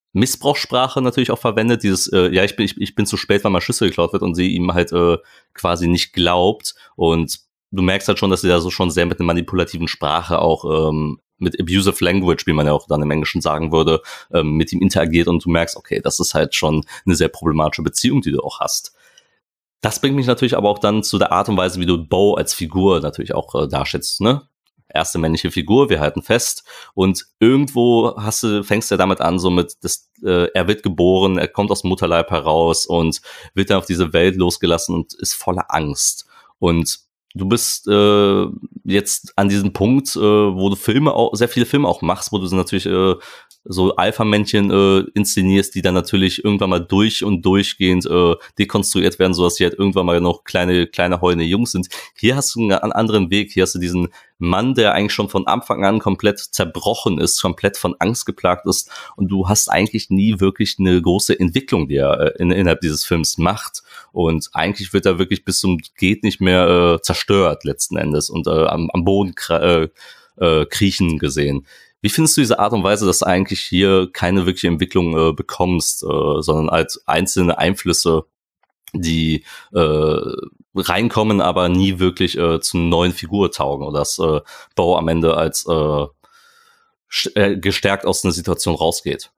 Missbrauchssprache natürlich auch verwendet, dieses, ich bin zu spät, weil mein Schlüssel geklaut wird und sie ihm halt quasi nicht glaubt und du merkst halt schon, dass sie da so schon sehr mit einer manipulativen Sprache auch mit abusive language, wie man ja auch dann im Englischen sagen würde, mit ihm interagiert und du merkst, okay, das ist halt schon eine sehr problematische Beziehung, die du auch hast. Das bringt mich natürlich aber auch dann zu der Art und Weise, wie du Bo als Figur natürlich auch darstellst, ne? Erste männliche Figur, wir halten fest und irgendwo fängst du ja damit an, so mit, er wird geboren, er kommt aus dem Mutterleib heraus und wird dann auf diese Welt losgelassen und ist voller Angst und du bist jetzt an diesem Punkt, wo du sehr viele Filme auch machst, wo du natürlich so Alpha-Männchen inszenierst, die dann natürlich irgendwann mal durchgehend dekonstruiert werden, sodass sie halt irgendwann mal noch kleine heulende Jungs sind. Hier hast du einen anderen Weg, hier hast du diesen Mann, der eigentlich schon von Anfang an komplett zerbrochen ist, komplett von Angst geplagt ist und du hast eigentlich nie wirklich eine große Entwicklung, die er innerhalb dieses Films macht und eigentlich wird er wirklich bis zum geht nicht mehr zerstört letzten Endes und am Boden kriechen gesehen. Wie findest du diese Art und Weise, dass du eigentlich hier keine wirkliche Entwicklung bekommst, sondern als einzelne Einflüsse, die reinkommen, aber nie wirklich zu einer neuen Figur taugen oder dass Bo am Ende als gestärkt aus einer Situation rausgeht?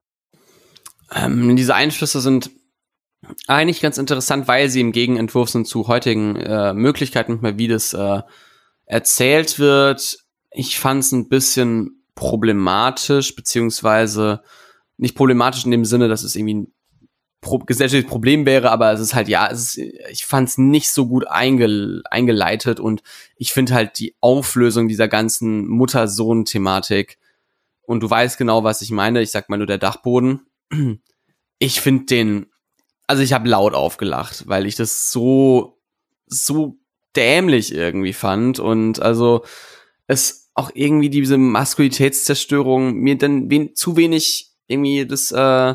Diese Einflüsse sind eigentlich ganz interessant, weil sie im Gegenentwurf sind zu heutigen Möglichkeiten, wie das erzählt wird. Ich fand es ein bisschen problematisch, beziehungsweise nicht problematisch in dem Sinne, dass es irgendwie ein gesellschaftliches Problem wäre, aber es ist halt, ich fand es nicht so gut eingeleitet und ich finde halt die Auflösung dieser ganzen Mutter-Sohn-Thematik und du weißt genau, was ich meine, ich sag mal nur der Dachboden, ich finde ich habe laut aufgelacht, weil ich das so dämlich irgendwie fand und also es auch irgendwie diese Maskulinitätszerstörung mir dann zu wenig irgendwie das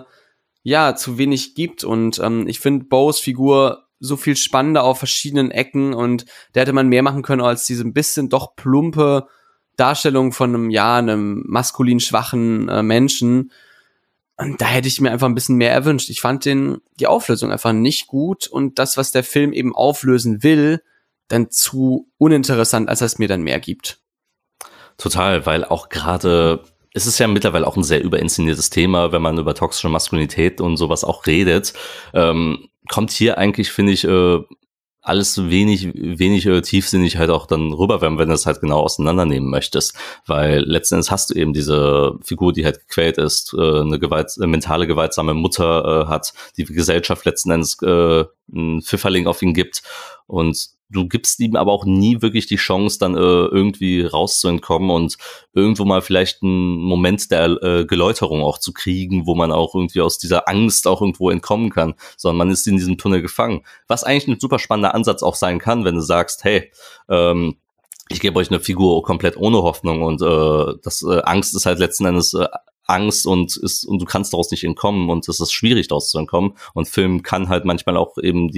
zu wenig gibt und ich finde Bo's Figur so viel spannender auf verschiedenen Ecken und da hätte man mehr machen können als diese ein bisschen doch plumpe Darstellung von einem maskulin schwachen Menschen und da hätte ich mir einfach ein bisschen mehr erwünscht. Ich fand die Auflösung einfach nicht gut und das, was der Film eben auflösen will, dann zu uninteressant, als es mir dann mehr gibt. Total, weil auch gerade, es ist ja mittlerweile auch ein sehr überinszeniertes Thema, wenn man über toxische Maskulinität und sowas auch redet, kommt hier eigentlich, finde ich, alles wenig tiefsinnig halt auch dann rüber, wenn du das halt genau auseinandernehmen möchtest, weil letzten Endes hast du eben diese Figur, die halt gequält ist, eine mentale gewaltsame Mutter hat, die Gesellschaft letzten Endes einen Pfifferling auf ihn gibt und du gibst ihm aber auch nie wirklich die Chance, dann irgendwie rauszuentkommen und irgendwo mal vielleicht einen Moment der Geläuterung auch zu kriegen, wo man auch irgendwie aus dieser Angst auch irgendwo entkommen kann, sondern man ist in diesem Tunnel gefangen. Was eigentlich ein super spannender Ansatz auch sein kann, wenn du sagst, hey, ich gebe euch eine Figur komplett ohne Hoffnung und Angst ist halt letzten Endes Angst und du kannst daraus nicht entkommen und es ist schwierig daraus zu entkommen und Film kann halt manchmal auch eben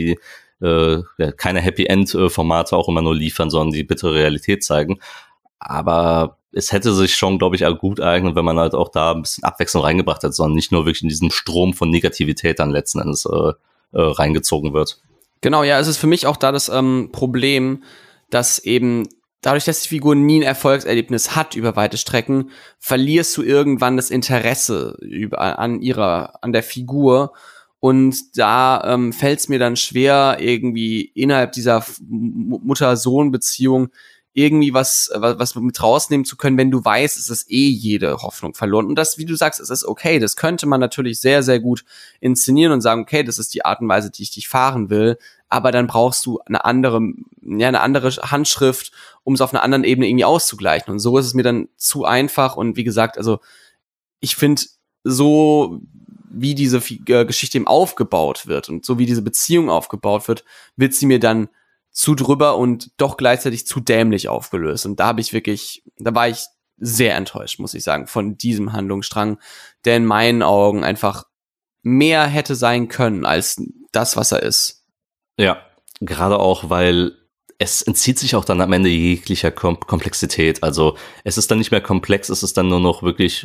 keine Happy-End-Formate auch immer nur liefern, sondern die bittere Realität zeigen. Aber es hätte sich schon, glaube ich, auch gut eignen, wenn man halt auch da ein bisschen Abwechslung reingebracht hat, sondern nicht nur wirklich in diesem Strom von Negativität dann letzten Endes reingezogen wird. Genau, ja, es ist für mich auch da das Problem, dass eben dadurch, dass die Figur nie ein Erfolgserlebnis hat über weite Strecken, verlierst du irgendwann das Interesse an der Figur. Und da fällt es mir dann schwer, irgendwie innerhalb dieser Mutter-Sohn-Beziehung irgendwie was mit rausnehmen zu können, wenn du weißt, es ist jede Hoffnung verloren. Und das, wie du sagst, es ist okay. Das könnte man natürlich sehr, sehr gut inszenieren und sagen, okay, das ist die Art und Weise, die ich dich fahren will. Aber dann brauchst du eine andere Handschrift, um es auf einer anderen Ebene irgendwie auszugleichen. Und so ist es mir dann zu einfach. Und wie gesagt, also ich finde so, wie diese Geschichte eben aufgebaut wird und so wie diese Beziehung aufgebaut wird sie mir dann zu drüber und doch gleichzeitig zu dämlich aufgelöst. Und da war ich sehr enttäuscht, muss ich sagen, von diesem Handlungsstrang, der in meinen Augen einfach mehr hätte sein können als das, was er ist. Ja, gerade auch, weil es entzieht sich auch dann am Ende jeglicher Komplexität. Also es ist dann nicht mehr komplex, es ist dann nur noch wirklich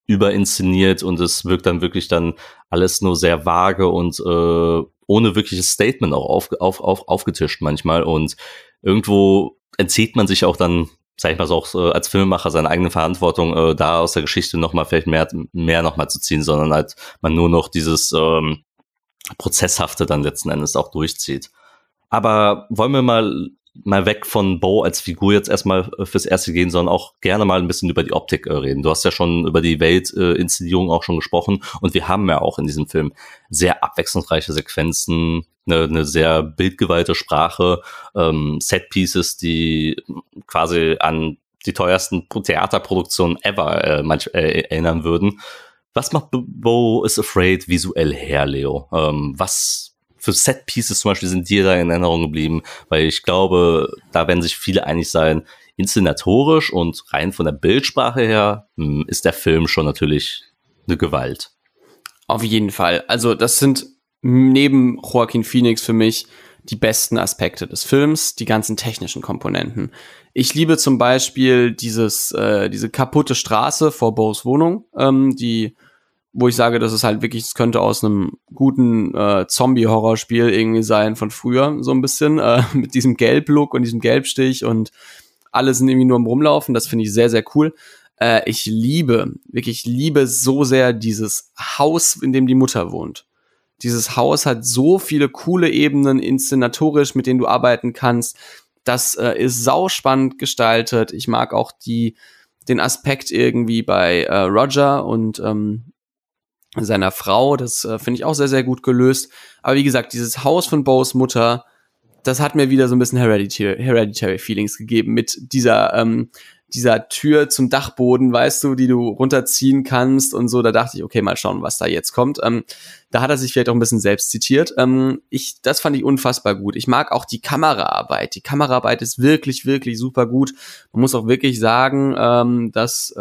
überinszeniert und es wirkt dann wirklich dann alles nur sehr vage und ohne wirkliches Statement auch aufgetischt manchmal und irgendwo entzieht man sich auch dann, sag ich mal so, auch als Filmemacher seine eigene Verantwortung, da aus der Geschichte nochmal vielleicht mehr nochmal zu ziehen, sondern halt man nur noch dieses Prozesshafte dann letzten Endes auch durchzieht. Aber wollen wir mal weg von Bo als Figur jetzt erstmal fürs Erste gehen, sondern auch gerne mal ein bisschen über die Optik reden. Du hast ja schon über die Weltinszenierung auch schon gesprochen und wir haben ja auch in diesem Film sehr abwechslungsreiche Sequenzen, eine sehr bildgeweihte Sprache, Setpieces, die quasi an die teuersten Theaterproduktionen ever erinnern würden. Was macht Beau is Afraid visuell her, Leo? Was für Set-Pieces zum Beispiel sind dir da in Erinnerung geblieben? Weil ich glaube, da werden sich viele einig sein, inszenatorisch und rein von der Bildsprache her ist der Film schon natürlich eine Gewalt. Auf jeden Fall. Also das sind neben Joaquin Phoenix für mich die besten Aspekte des Films, die ganzen technischen Komponenten. Ich liebe zum Beispiel diese kaputte Straße vor Beaus Wohnung, wo ich sage, das ist halt wirklich, es könnte aus einem guten Zombie-Horrorspiel irgendwie sein von früher, so ein bisschen, mit diesem Gelb-Look und diesem Gelbstich und alle sind irgendwie nur am Rumlaufen, das finde ich sehr, sehr cool. Ich liebe so sehr dieses Haus, in dem die Mutter wohnt. Dieses Haus hat so viele coole Ebenen inszenatorisch, mit denen du arbeiten kannst. Das ist sauspannend gestaltet. Ich mag auch den Aspekt irgendwie bei Roger und seiner Frau. Das finde ich auch sehr, sehr gut gelöst. Aber wie gesagt, dieses Haus von Beaus Mutter, das hat mir wieder so ein bisschen Hereditary Feelings gegeben mit dieser Tür zum Dachboden, weißt du, die du runterziehen kannst und so. Da dachte ich, okay, mal schauen, was da jetzt kommt. Da hat er sich vielleicht auch ein bisschen selbst zitiert. Das fand ich unfassbar gut. Ich mag auch die Kameraarbeit. Die Kameraarbeit ist wirklich, wirklich super gut. Man muss auch wirklich sagen, dass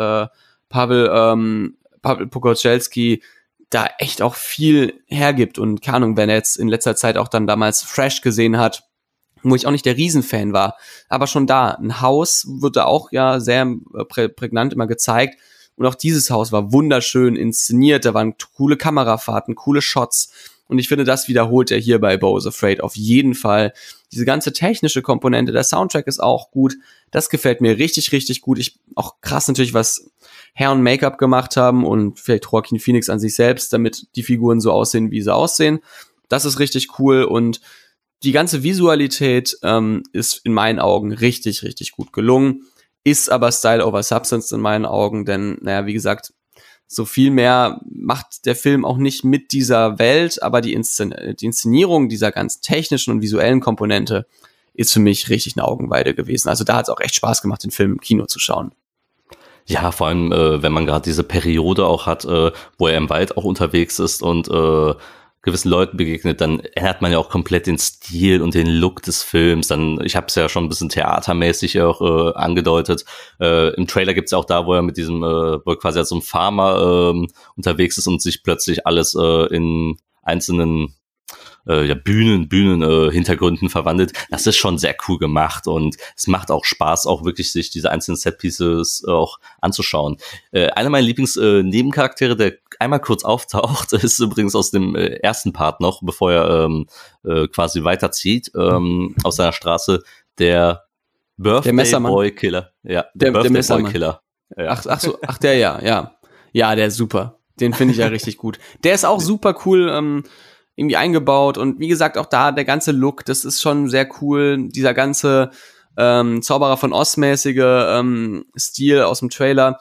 Paweł Pogorzelski da echt auch viel hergibt. Und keine Ahnung, wenn er jetzt in letzter Zeit auch dann damals Fresh gesehen hat, wo ich auch nicht der Riesenfan war, aber schon da, ein Haus wird da auch ja sehr prägnant immer gezeigt und auch dieses Haus war wunderschön inszeniert, da waren coole Kamerafahrten, coole Shots und ich finde, das wiederholt er hier bei Beau is Afraid auf jeden Fall. Diese ganze technische Komponente, der Soundtrack ist auch gut, das gefällt mir richtig, richtig gut. Auch krass natürlich, was Hair und Make-up gemacht haben und vielleicht Joaquin Phoenix an sich selbst, damit die Figuren so aussehen, wie sie aussehen. Das ist richtig cool und die ganze Visualität ist in meinen Augen richtig, richtig gut gelungen, ist aber Style over Substance in meinen Augen, denn, naja, wie gesagt, so viel mehr macht der Film auch nicht mit dieser Welt, aber die Inszenierung dieser ganz technischen und visuellen Komponente ist für mich richtig eine Augenweide gewesen. Also da hat es auch echt Spaß gemacht, den Film im Kino zu schauen. Ja, vor allem, wenn man gerade diese Periode auch hat, wo er im Wald auch unterwegs ist und gewissen Leuten begegnet, dann ändert man ja auch komplett den Stil und den Look des Films. Ich habe es ja schon ein bisschen theatermäßig auch angedeutet. Im Trailer gibt's ja auch da, wo er mit diesem, wo er quasi als so ein Farmer unterwegs ist und sich plötzlich alles in einzelnen Bühnen, Hintergründen verwandelt. Das ist schon sehr cool gemacht und es macht auch Spaß, auch wirklich sich diese einzelnen Setpieces auch anzuschauen. Einer meiner Lieblings-Nebencharaktere, der einmal kurz auftaucht, ist übrigens aus dem ersten Part noch, bevor er quasi weiterzieht aus seiner Straße, der Birthday Boy Killer. Ja, der Birthday Boy Killer. Ja. Ach, der ja. Ja, der ist super. Den finde ich ja richtig gut. Der ist auch super cool, irgendwie eingebaut und wie gesagt auch da der ganze Look, das ist schon sehr cool, dieser ganze Zauberer von Oz-mäßige Stil aus dem Trailer,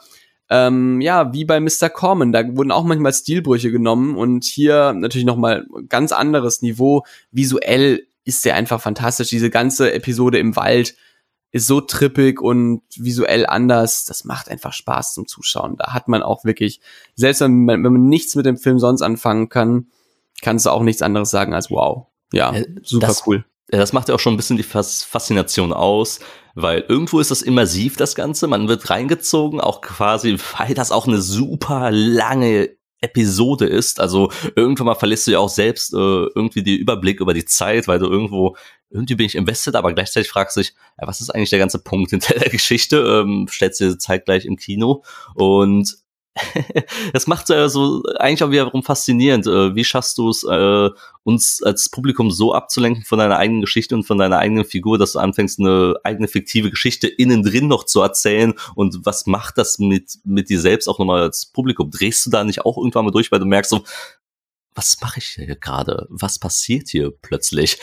ja, wie bei Mr. Corman, da wurden auch manchmal Stilbrüche genommen und hier natürlich nochmal ganz anderes Niveau, visuell ist der einfach fantastisch, diese ganze Episode im Wald ist so trippig und visuell anders, das macht einfach Spaß zum Zuschauen, da hat man auch wirklich, selbst wenn man nichts mit dem Film sonst anfangen kann, kannst du auch nichts anderes sagen als wow. Ja, super cool. Das macht ja auch schon ein bisschen die Faszination aus, weil irgendwo ist das immersiv, das Ganze. Man wird reingezogen, auch quasi, weil das auch eine super lange Episode ist. Also irgendwann mal verlierst du ja auch selbst irgendwie den Überblick über die Zeit, weil du irgendwie bin ich invested, aber gleichzeitig fragst du dich, was ist eigentlich der ganze Punkt hinter der Geschichte? Stellst du dir zeitgleich im Kino und Das macht so eigentlich auch wiederum faszinierend. Wie schaffst du es, uns als Publikum so abzulenken von deiner eigenen Geschichte und von deiner eigenen Figur, dass du anfängst, eine eigene fiktive Geschichte innen drin noch zu erzählen? Und was macht das mit dir selbst auch nochmal als Publikum? Drehst du da nicht auch irgendwann mal durch, weil du merkst so, was mache ich hier gerade? Was passiert hier plötzlich?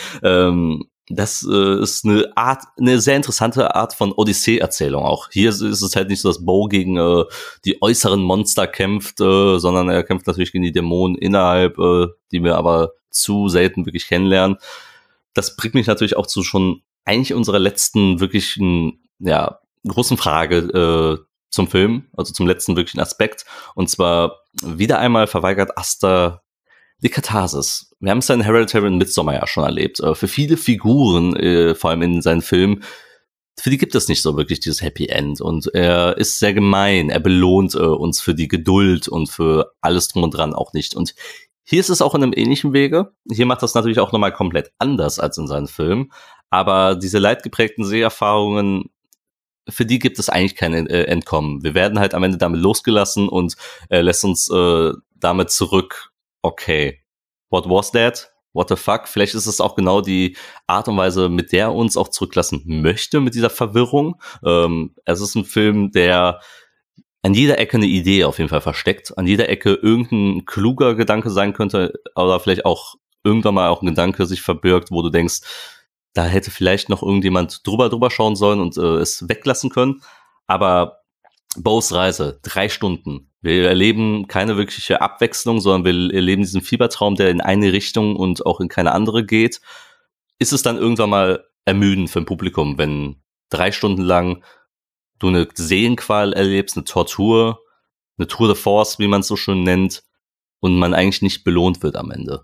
Das ist eine sehr interessante Art von Odyssee-Erzählung auch. Hier ist es halt nicht so, dass Bo gegen die äußeren Monster kämpft, sondern er kämpft natürlich gegen die Dämonen innerhalb, die wir aber zu selten wirklich kennenlernen. Das bringt mich natürlich auch zu schon eigentlich unserer letzten wirklichen, großen Frage zum Film, also zum letzten wirklichen Aspekt. Und zwar wieder einmal verweigert Asta die Katharsis. Wir haben es ja in Hereditary und Midsommar ja schon erlebt. Für viele Figuren, vor allem in seinen Filmen, für die gibt es nicht so wirklich dieses Happy End. Und er ist sehr gemein. Er belohnt uns für die Geduld und für alles drum und dran auch nicht. Und hier ist es auch in einem ähnlichen Wege. Hier macht das natürlich auch nochmal komplett anders als in seinen Filmen. Aber diese leidgeprägten Seherfahrungen, für die gibt es eigentlich kein Entkommen. Wir werden halt am Ende damit losgelassen und lässt uns damit zurück. Okay, what was that? What the fuck? Vielleicht ist es auch genau die Art und Weise, mit der er uns auch zurücklassen möchte, mit dieser Verwirrung. Es ist ein Film, der an jeder Ecke eine Idee auf jeden Fall versteckt, an jeder Ecke irgendein kluger Gedanke sein könnte, oder vielleicht auch irgendwann mal auch ein Gedanke sich verbirgt, wo du denkst, da hätte vielleicht noch irgendjemand drüber schauen sollen und es weglassen können. Aber Bo's Reise, 3 Stunden. Wir erleben keine wirkliche Abwechslung, sondern wir erleben diesen Fiebertraum, der in eine Richtung und auch in keine andere geht. Ist es dann irgendwann mal ermüdend für ein Publikum, wenn 3 Stunden lang du eine Seelenqual erlebst, eine Tortur, eine Tour de Force, wie man es so schön nennt, und man eigentlich nicht belohnt wird am Ende?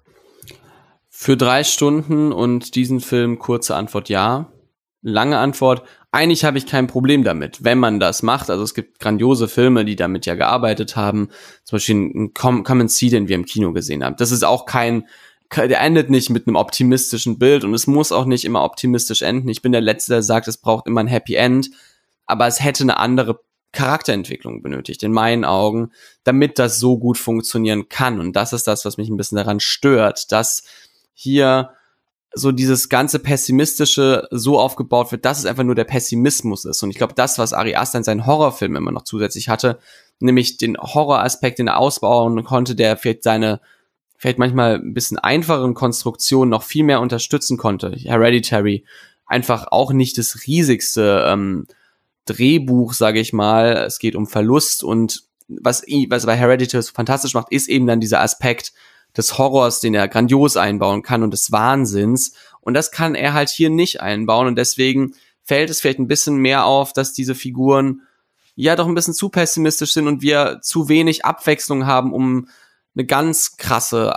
Für 3 Stunden und diesen Film kurze Antwort ja. Lange Antwort, eigentlich habe ich kein Problem damit, wenn man das macht. Also es gibt grandiose Filme, die damit ja gearbeitet haben. Zum Beispiel ein Come and See, den wir im Kino gesehen haben. Das ist auch der endet nicht mit einem optimistischen Bild und es muss auch nicht immer optimistisch enden. Ich bin der Letzte, der sagt, es braucht immer ein Happy End. Aber es hätte eine andere Charakterentwicklung benötigt, in meinen Augen, damit das so gut funktionieren kann. Und das ist das, was mich ein bisschen daran stört, dass hier so dieses ganze Pessimistische so aufgebaut wird, dass es einfach nur der Pessimismus ist. Und ich glaube, das, was Ari Aster in seinen Horrorfilmen immer noch zusätzlich hatte, nämlich den Horroraspekt, den er ausbauen konnte, der vielleicht manchmal ein bisschen einfacheren Konstruktionen noch viel mehr unterstützen konnte. Hereditary, einfach auch nicht das riesigste Drehbuch, sage ich mal. Es geht um Verlust und was bei Hereditary so fantastisch macht, ist eben dann dieser Aspekt des Horrors, den er grandios einbauen kann und des Wahnsinns. Und das kann er halt hier nicht einbauen. Und deswegen fällt es vielleicht ein bisschen mehr auf, dass diese Figuren ja doch ein bisschen zu pessimistisch sind und wir zu wenig Abwechslung haben, um eine ganz krasse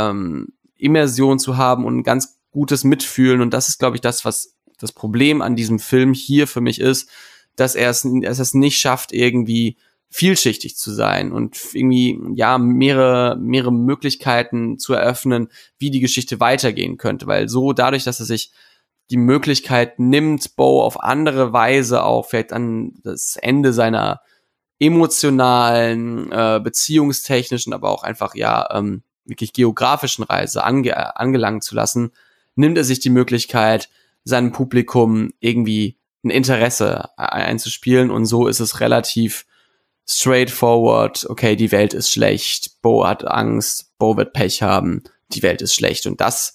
Immersion zu haben und ein ganz gutes Mitfühlen. Und das ist, glaube ich, das, was das Problem an diesem Film hier für mich ist, dass er es nicht schafft, irgendwie vielschichtig zu sein und irgendwie mehrere Möglichkeiten zu eröffnen, wie die Geschichte weitergehen könnte, weil so dadurch, dass er sich die Möglichkeit nimmt, Bo auf andere Weise auch vielleicht an das Ende seiner emotionalen, beziehungstechnischen, aber auch einfach wirklich geografischen Reise angelangen zu lassen, nimmt er sich die Möglichkeit, seinem Publikum irgendwie ein Interesse einzuspielen und so ist es relativ straightforward, okay, die Welt ist schlecht, Bo hat Angst, Bo wird Pech haben, die Welt ist schlecht. Und das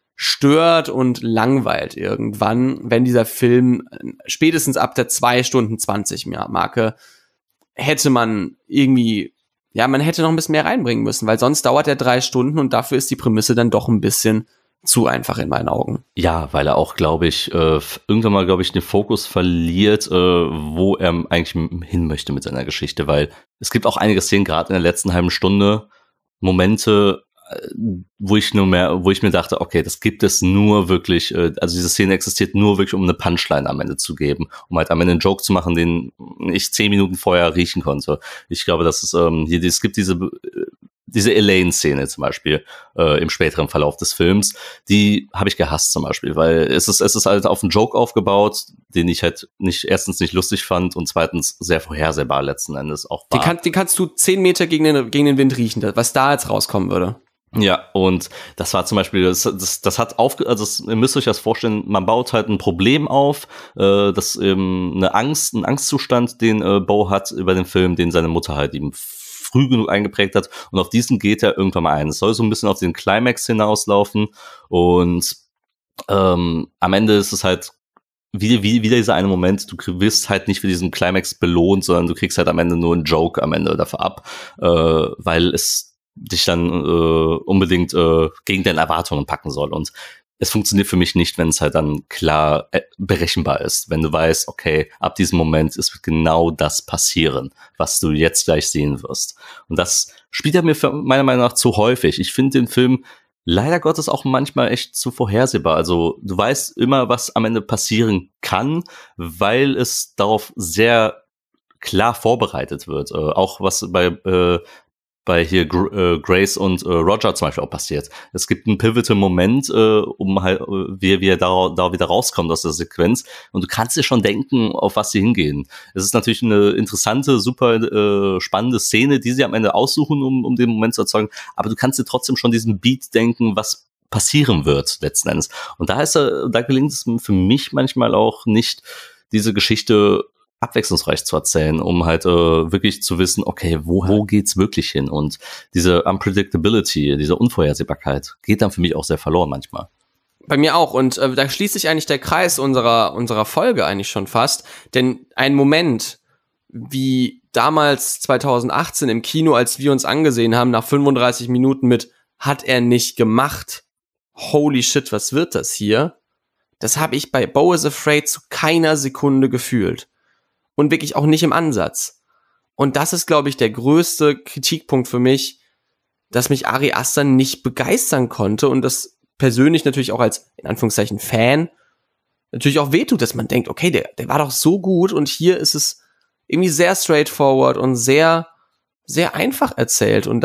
stört und langweilt irgendwann, wenn dieser Film spätestens ab der 2 Stunden 20 Marke hätte man irgendwie, man hätte noch ein bisschen mehr reinbringen müssen, weil sonst dauert er 3 Stunden und dafür ist die Prämisse dann doch ein bisschen zu einfach in meinen Augen. Ja, weil er auch, glaube ich, irgendwann mal, den Fokus verliert, wo er eigentlich hin möchte mit seiner Geschichte, weil es gibt auch einige Szenen, gerade in der letzten halben Stunde, Momente, wo ich mir dachte, okay, das gibt es nur wirklich, also diese Szene existiert nur wirklich, um eine Punchline am Ende zu geben, um halt am Ende einen Joke zu machen, den ich 10 Minuten vorher riechen konnte. Ich glaube, dass es gibt diese Elaine-Szene zum Beispiel im späteren Verlauf des Films, die habe ich gehasst zum Beispiel, weil es ist halt auf einen Joke aufgebaut, den ich halt erstens nicht lustig fand und zweitens sehr vorhersehbar letzten Endes auch war. Die kannst du 10 Meter gegen den Wind riechen, was da jetzt rauskommen würde. Ja, und das war zum Beispiel, das hat ihr müsst euch das vorstellen, man baut halt ein Problem auf, das ein Angstzustand, den Bo hat über den Film, den seine Mutter halt ihm früh genug eingeprägt hat, und auf diesen geht er irgendwann mal ein. Es soll so ein bisschen auf den Climax hinauslaufen, und am Ende ist es halt wieder dieser eine Moment, du wirst halt nicht für diesen Climax belohnt, sondern du kriegst halt am Ende nur einen Joke am Ende dafür ab, weil es dich dann unbedingt gegen deine Erwartungen packen soll. Und es funktioniert für mich nicht, wenn es halt dann klar berechenbar ist. Wenn du weißt, okay, ab diesem Moment ist genau das passieren, was du jetzt gleich sehen wirst. Und das spielt er mir meiner Meinung nach zu häufig. Ich finde den Film leider Gottes auch manchmal echt zu vorhersehbar. Also du weißt immer, was am Ende passieren kann, weil es darauf sehr klar vorbereitet wird. Auch was bei hier Grace und Roger zum Beispiel auch passiert. Es gibt einen pivotal Moment, um halt, wie er da wieder rauskommt aus der Sequenz, und du kannst dir schon denken, auf was sie hingehen. Es ist natürlich eine interessante, super spannende Szene, die sie am Ende aussuchen, um den Moment zu erzeugen, aber du kannst dir trotzdem schon diesen Beat denken, was passieren wird letzten Endes. Und da gelingt es für mich manchmal auch nicht, diese Geschichte abwechslungsreich zu erzählen, um halt wirklich zu wissen, okay, wo geht's wirklich hin? Und diese Unpredictability, diese Unvorhersehbarkeit geht dann für mich auch sehr verloren manchmal. Bei mir auch, und da schließt sich eigentlich der Kreis unserer Folge eigentlich schon fast, denn ein Moment wie damals 2018 im Kino, als wir uns angesehen haben, nach 35 Minuten mit "hat er nicht gemacht", holy shit, was wird das hier? Das habe ich bei Beau is Afraid zu keiner Sekunde gefühlt. Und wirklich auch nicht im Ansatz. Und das ist, glaube ich, der größte Kritikpunkt für mich, dass mich Ari Aster nicht begeistern konnte und das persönlich natürlich auch als, in Anführungszeichen, Fan natürlich auch wehtut, dass man denkt, okay, der war doch so gut, und hier ist es irgendwie sehr straightforward und sehr, sehr einfach erzählt, und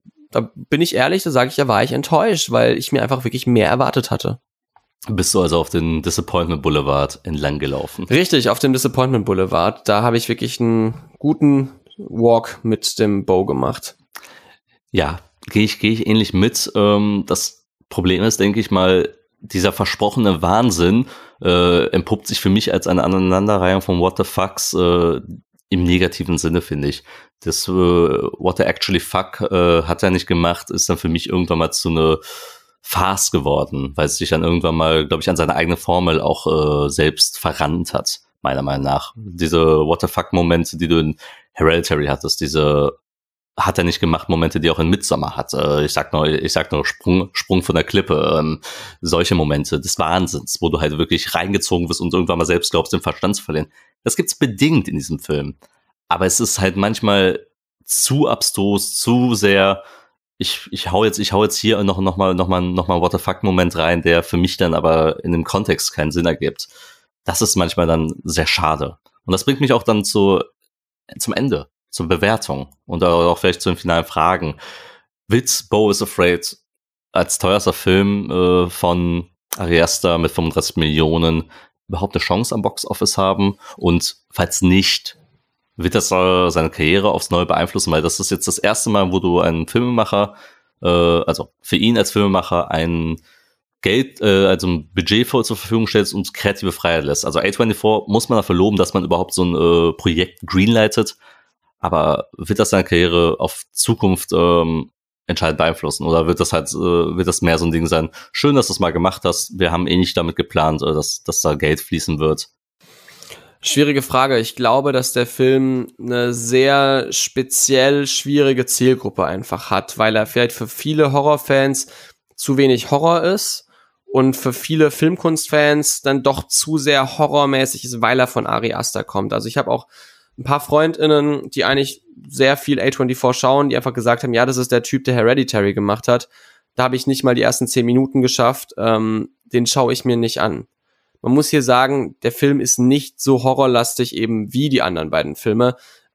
da bin ich ehrlich, da sage ich, da war ich enttäuscht, weil ich mir einfach wirklich mehr erwartet hatte. Bist du also auf den Disappointment Boulevard entlang gelaufen? Richtig, auf dem Disappointment Boulevard. Da habe ich wirklich einen guten Walk mit dem Beau gemacht. Ja, gehe ich ähnlich mit. Das Problem ist, denke ich mal, dieser versprochene Wahnsinn entpuppt sich für mich als eine Aneinanderreihung von What the Fucks im negativen Sinne, finde ich. Das What the Actually Fuck hat er nicht gemacht, ist dann für mich irgendwann mal zu eine Farce geworden, weil es sich dann irgendwann mal, glaube ich, an seine eigene Formel auch selbst verrannt hat, meiner Meinung nach. Diese What the fuck-Momente, die du in Hereditary hattest, diese hat er nicht gemacht, Momente, die auch in Midsommar hat. Ich sag nur Sprung von der Klippe. Solche Momente des Wahnsinns, wo du halt wirklich reingezogen wirst und irgendwann mal selbst glaubst, den Verstand zu verlieren. Das gibt's bedingt in diesem Film. Aber es ist halt manchmal zu abstrus, zu sehr. Ich hau jetzt hier noch mal What the fuck Moment rein, der für mich dann aber in dem Kontext keinen Sinn ergibt. Das ist manchmal dann sehr schade. Und das bringt mich auch dann zum Ende, zur Bewertung und auch vielleicht zu den finalen Fragen. Wird Beau is Afraid als teuerster Film von Ari Aster mit 35 Millionen überhaupt eine Chance am Box-Office haben? Und falls nicht, wird das seine Karriere aufs Neue beeinflussen? Weil das ist jetzt das erste Mal, wo du einen Filmemacher, also für ihn als Filmemacher ein Geld, also ein Budget zur Verfügung stellst und kreative Freiheit lässt. Also A24 muss man dafür loben, dass man überhaupt so ein Projekt greenlightet. Aber wird das seine Karriere auf Zukunft entscheidend beeinflussen? Oder wird das mehr so ein Ding sein? Schön, dass du es mal gemacht hast. Wir haben eh nicht damit geplant, dass da Geld fließen wird. Schwierige Frage. Ich glaube, dass der Film eine sehr speziell schwierige Zielgruppe einfach hat, weil er vielleicht für viele Horrorfans zu wenig Horror ist und für viele Filmkunstfans dann doch zu sehr horrormäßig ist, weil er von Ari Aster kommt. Also ich habe auch ein paar FreundInnen, die eigentlich sehr viel A24 schauen, die einfach gesagt haben, ja, das ist der Typ, der Hereditary gemacht hat. Da habe ich nicht mal die ersten 10 Minuten geschafft. Den schaue ich mir nicht an. Man muss hier sagen, der Film ist nicht so horrorlastig eben wie die anderen beiden Filme,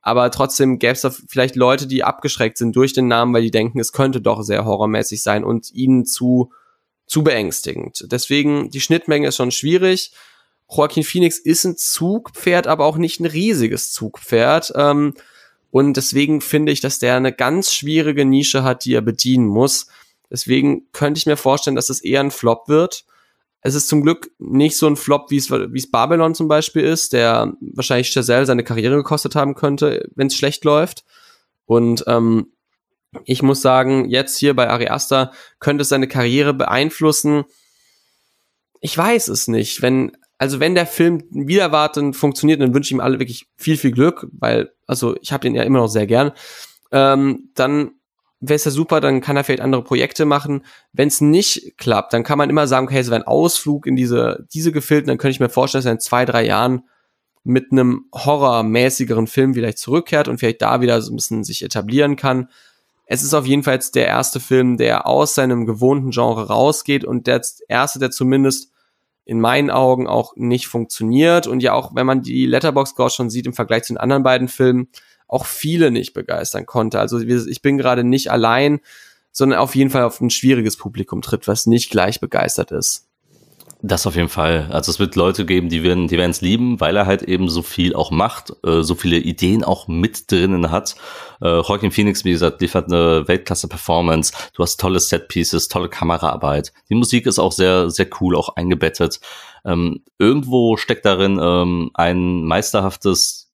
aber trotzdem gäbe es da vielleicht Leute, die abgeschreckt sind durch den Namen, weil die denken, es könnte doch sehr horrormäßig sein und ihnen zu beängstigend. Deswegen, die Schnittmenge ist schon schwierig. Joaquin Phoenix ist ein Zugpferd, aber auch nicht ein riesiges Zugpferd. Und deswegen finde ich, dass der eine ganz schwierige Nische hat, die er bedienen muss. Deswegen könnte ich mir vorstellen, dass es eher ein Flop wird. Es ist zum Glück nicht so ein Flop, wie es Babylon zum Beispiel ist, der wahrscheinlich Chazelle seine Karriere gekostet haben könnte, wenn es schlecht läuft. Und ich muss sagen, jetzt hier bei Ari Aster könnte es seine Karriere beeinflussen. Ich weiß es nicht. Wenn der Film wieder erwartend funktioniert, dann wünsche ich ihm alle wirklich viel, viel Glück, weil, also ich habe den ja immer noch sehr gern. Dann wäre es ja super, dann kann er vielleicht andere Projekte machen. Wenn es nicht klappt, dann kann man immer sagen, okay, es wäre ein Ausflug in diese Gefilden, dann könnte ich mir vorstellen, dass er in 2-3 Jahren mit einem horrormäßigeren Film vielleicht zurückkehrt und vielleicht da wieder so ein bisschen sich etablieren kann. Es ist auf jeden Fall jetzt der erste Film, der aus seinem gewohnten Genre rausgeht und der erste, der zumindest in meinen Augen auch nicht funktioniert und ja auch, wenn man die Letterboxd schon sieht im Vergleich zu den anderen beiden Filmen, auch viele nicht begeistern konnte. Also ich bin gerade nicht allein, sondern auf jeden Fall auf ein schwieriges Publikum tritt, was nicht gleich begeistert ist. Das auf jeden Fall. Also es wird Leute geben, die werden es lieben, weil er halt eben so viel auch macht, so viele Ideen auch mit drinnen hat. Joaquin Phoenix, wie gesagt, liefert eine Weltklasse-Performance. Du hast tolle Set-Pieces, tolle Kameraarbeit. Die Musik ist auch sehr, sehr cool, auch eingebettet. Irgendwo steckt darin ein meisterhaftes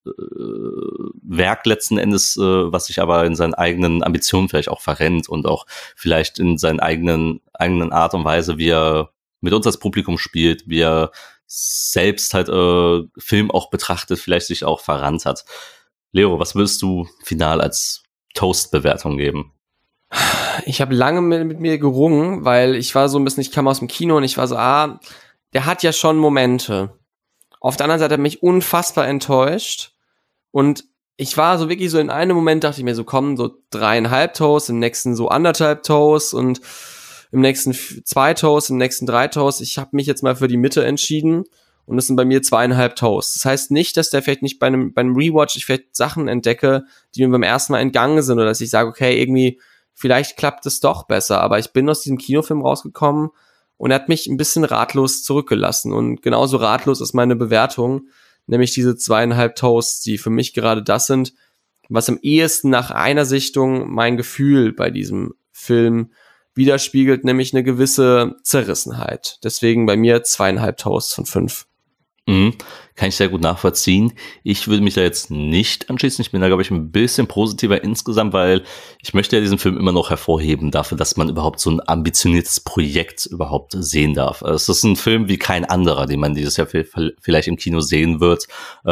Werk letzten Endes, was sich aber in seinen eigenen Ambitionen vielleicht auch verrennt und auch vielleicht in seinen eigenen Art und Weise, wie er mit uns als Publikum spielt, wie er selbst halt Film auch betrachtet, vielleicht sich auch verrannt hat. Leo, was würdest du final als Toast-Bewertung geben? Ich habe lange mit mir gerungen, weil ich war so ein bisschen, ich kam aus dem Kino und ich war so, der hat ja schon Momente. Auf der anderen Seite hat er mich unfassbar enttäuscht und ich war so wirklich so in einem Moment, dachte ich mir so, komm, so 3,5 Toast, im nächsten so 1,5 Toast und im nächsten 2 Toast, im nächsten 3 Toast. Ich habe mich jetzt mal für die Mitte entschieden und es sind bei mir 2,5 Toast. Das heißt nicht, dass der vielleicht nicht bei einem Rewatch ich vielleicht Sachen entdecke, die mir beim ersten Mal entgangen sind oder dass ich sage, okay, irgendwie vielleicht klappt es doch besser. Aber ich bin aus diesem Kinofilm rausgekommen und er hat mich ein bisschen ratlos zurückgelassen und genauso ratlos ist meine Bewertung, nämlich diese 2,5 Toasts, die für mich gerade das sind, was am ehesten nach einer Sichtung mein Gefühl bei diesem Film widerspiegelt, nämlich eine gewisse Zerrissenheit. Deswegen bei mir 2,5 Toasts von 5. Kann ich sehr gut nachvollziehen. Ich würde mich da jetzt nicht anschließen. Ich bin da, glaube ich, ein bisschen positiver insgesamt, weil ich möchte ja diesen Film immer noch hervorheben dafür, dass man überhaupt so ein ambitioniertes Projekt überhaupt sehen darf. Es ist ein Film wie kein anderer, den man dieses Jahr vielleicht im Kino sehen wird.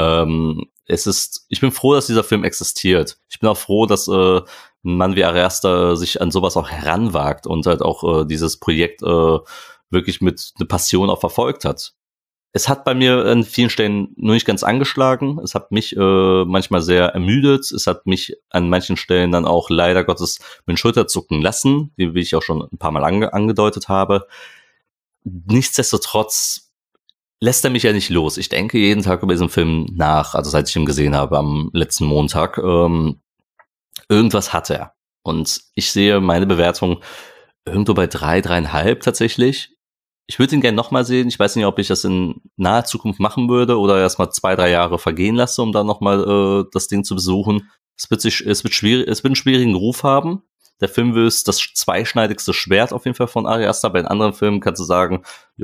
Ich bin froh, dass dieser Film existiert. Ich bin auch froh, dass ein Mann wie Ari Aster sich an sowas auch heranwagt und halt auch dieses Projekt wirklich mit einer Passion auch verfolgt hat. Es hat bei mir an vielen Stellen nur nicht ganz angeschlagen. Es hat mich manchmal sehr ermüdet. Es hat mich an manchen Stellen dann auch leider Gottes mit den Schultern zucken lassen, wie ich auch schon ein paar Mal angedeutet habe. Nichtsdestotrotz lässt er mich ja nicht los. Ich denke jeden Tag über diesen Film nach, also seit ich ihn gesehen habe am letzten Montag. Irgendwas hat er. Und ich sehe meine Bewertung irgendwo bei 3,5 tatsächlich. Ich würde ihn gerne nochmal sehen. Ich weiß nicht, ob ich das in naher Zukunft machen würde oder erstmal 2-3 Jahre vergehen lasse, um dann nochmal das Ding zu besuchen. Es wird einen schwierigen Ruf haben. Der Film ist das zweischneidigste Schwert auf jeden Fall von Ari Aster. Bei den anderen Filmen kannst du sagen,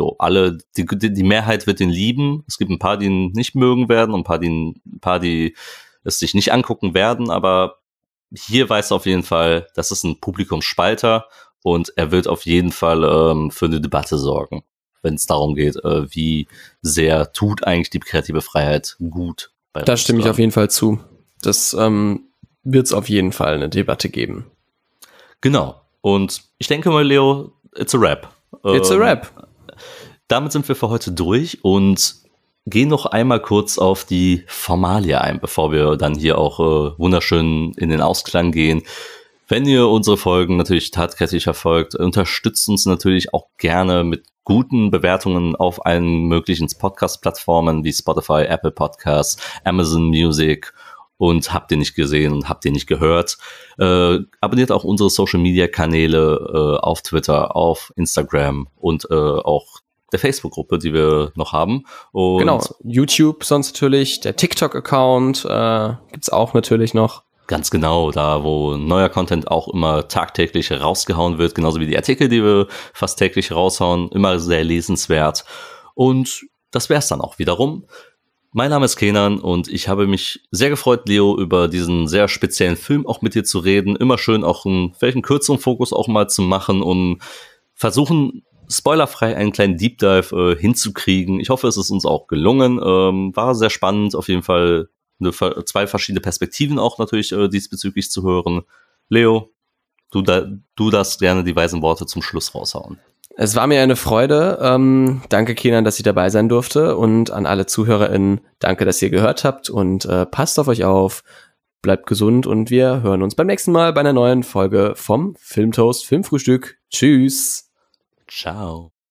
die Mehrheit wird ihn lieben. Es gibt ein paar, die ihn nicht mögen werden und ein paar, die es sich nicht angucken werden. Aber hier weiß er auf jeden Fall, das ist ein Publikumsspalter und er wird auf jeden Fall für eine Debatte sorgen, wenn es darum geht, wie sehr tut eigentlich die kreative Freiheit gut. Da stimme ich auf jeden Fall zu. Das wird es auf jeden Fall eine Debatte geben. Genau. Und ich denke mal, Leo, it's a wrap. It's a wrap. Damit sind wir für heute durch und gehen noch einmal kurz auf die Formalie ein, bevor wir dann hier auch wunderschön in den Ausklang gehen. Wenn ihr unsere Folgen natürlich tatkräftig verfolgt, unterstützt uns natürlich auch gerne mit guten Bewertungen auf allen möglichen Podcast-Plattformen wie Spotify, Apple Podcasts, Amazon Music und habt ihr nicht gesehen und habt ihr nicht gehört. Abonniert auch unsere Social-Media-Kanäle auf Twitter, auf Instagram und auch der Facebook-Gruppe, die wir noch haben. Und genau, YouTube sonst natürlich, der TikTok-Account gibt's auch natürlich noch. Ganz genau, da wo neuer Content auch immer tagtäglich rausgehauen wird, genauso wie die Artikel, die wir fast täglich raushauen, immer sehr lesenswert. Und das wär's dann auch wiederum. Mein Name ist Kenan und ich habe mich sehr gefreut, Leo, über diesen sehr speziellen Film auch mit dir zu reden. Immer schön auch vielleicht einen kürzeren Fokus auch mal zu machen und versuchen, spoilerfrei einen kleinen Deep Dive hinzukriegen. Ich hoffe, es ist uns auch gelungen. War sehr spannend, auf jeden Fall zwei verschiedene Perspektiven auch natürlich diesbezüglich zu hören. Leo, du darfst gerne die weisen Worte zum Schluss raushauen. Es war mir eine Freude. Danke, Kenan, dass ich dabei sein durfte. Und an alle ZuhörerInnen, danke, dass ihr gehört habt. Und passt auf euch auf, bleibt gesund und wir hören uns beim nächsten Mal bei einer neuen Folge vom Filmtoast Filmfrühstück. Tschüss. Ciao.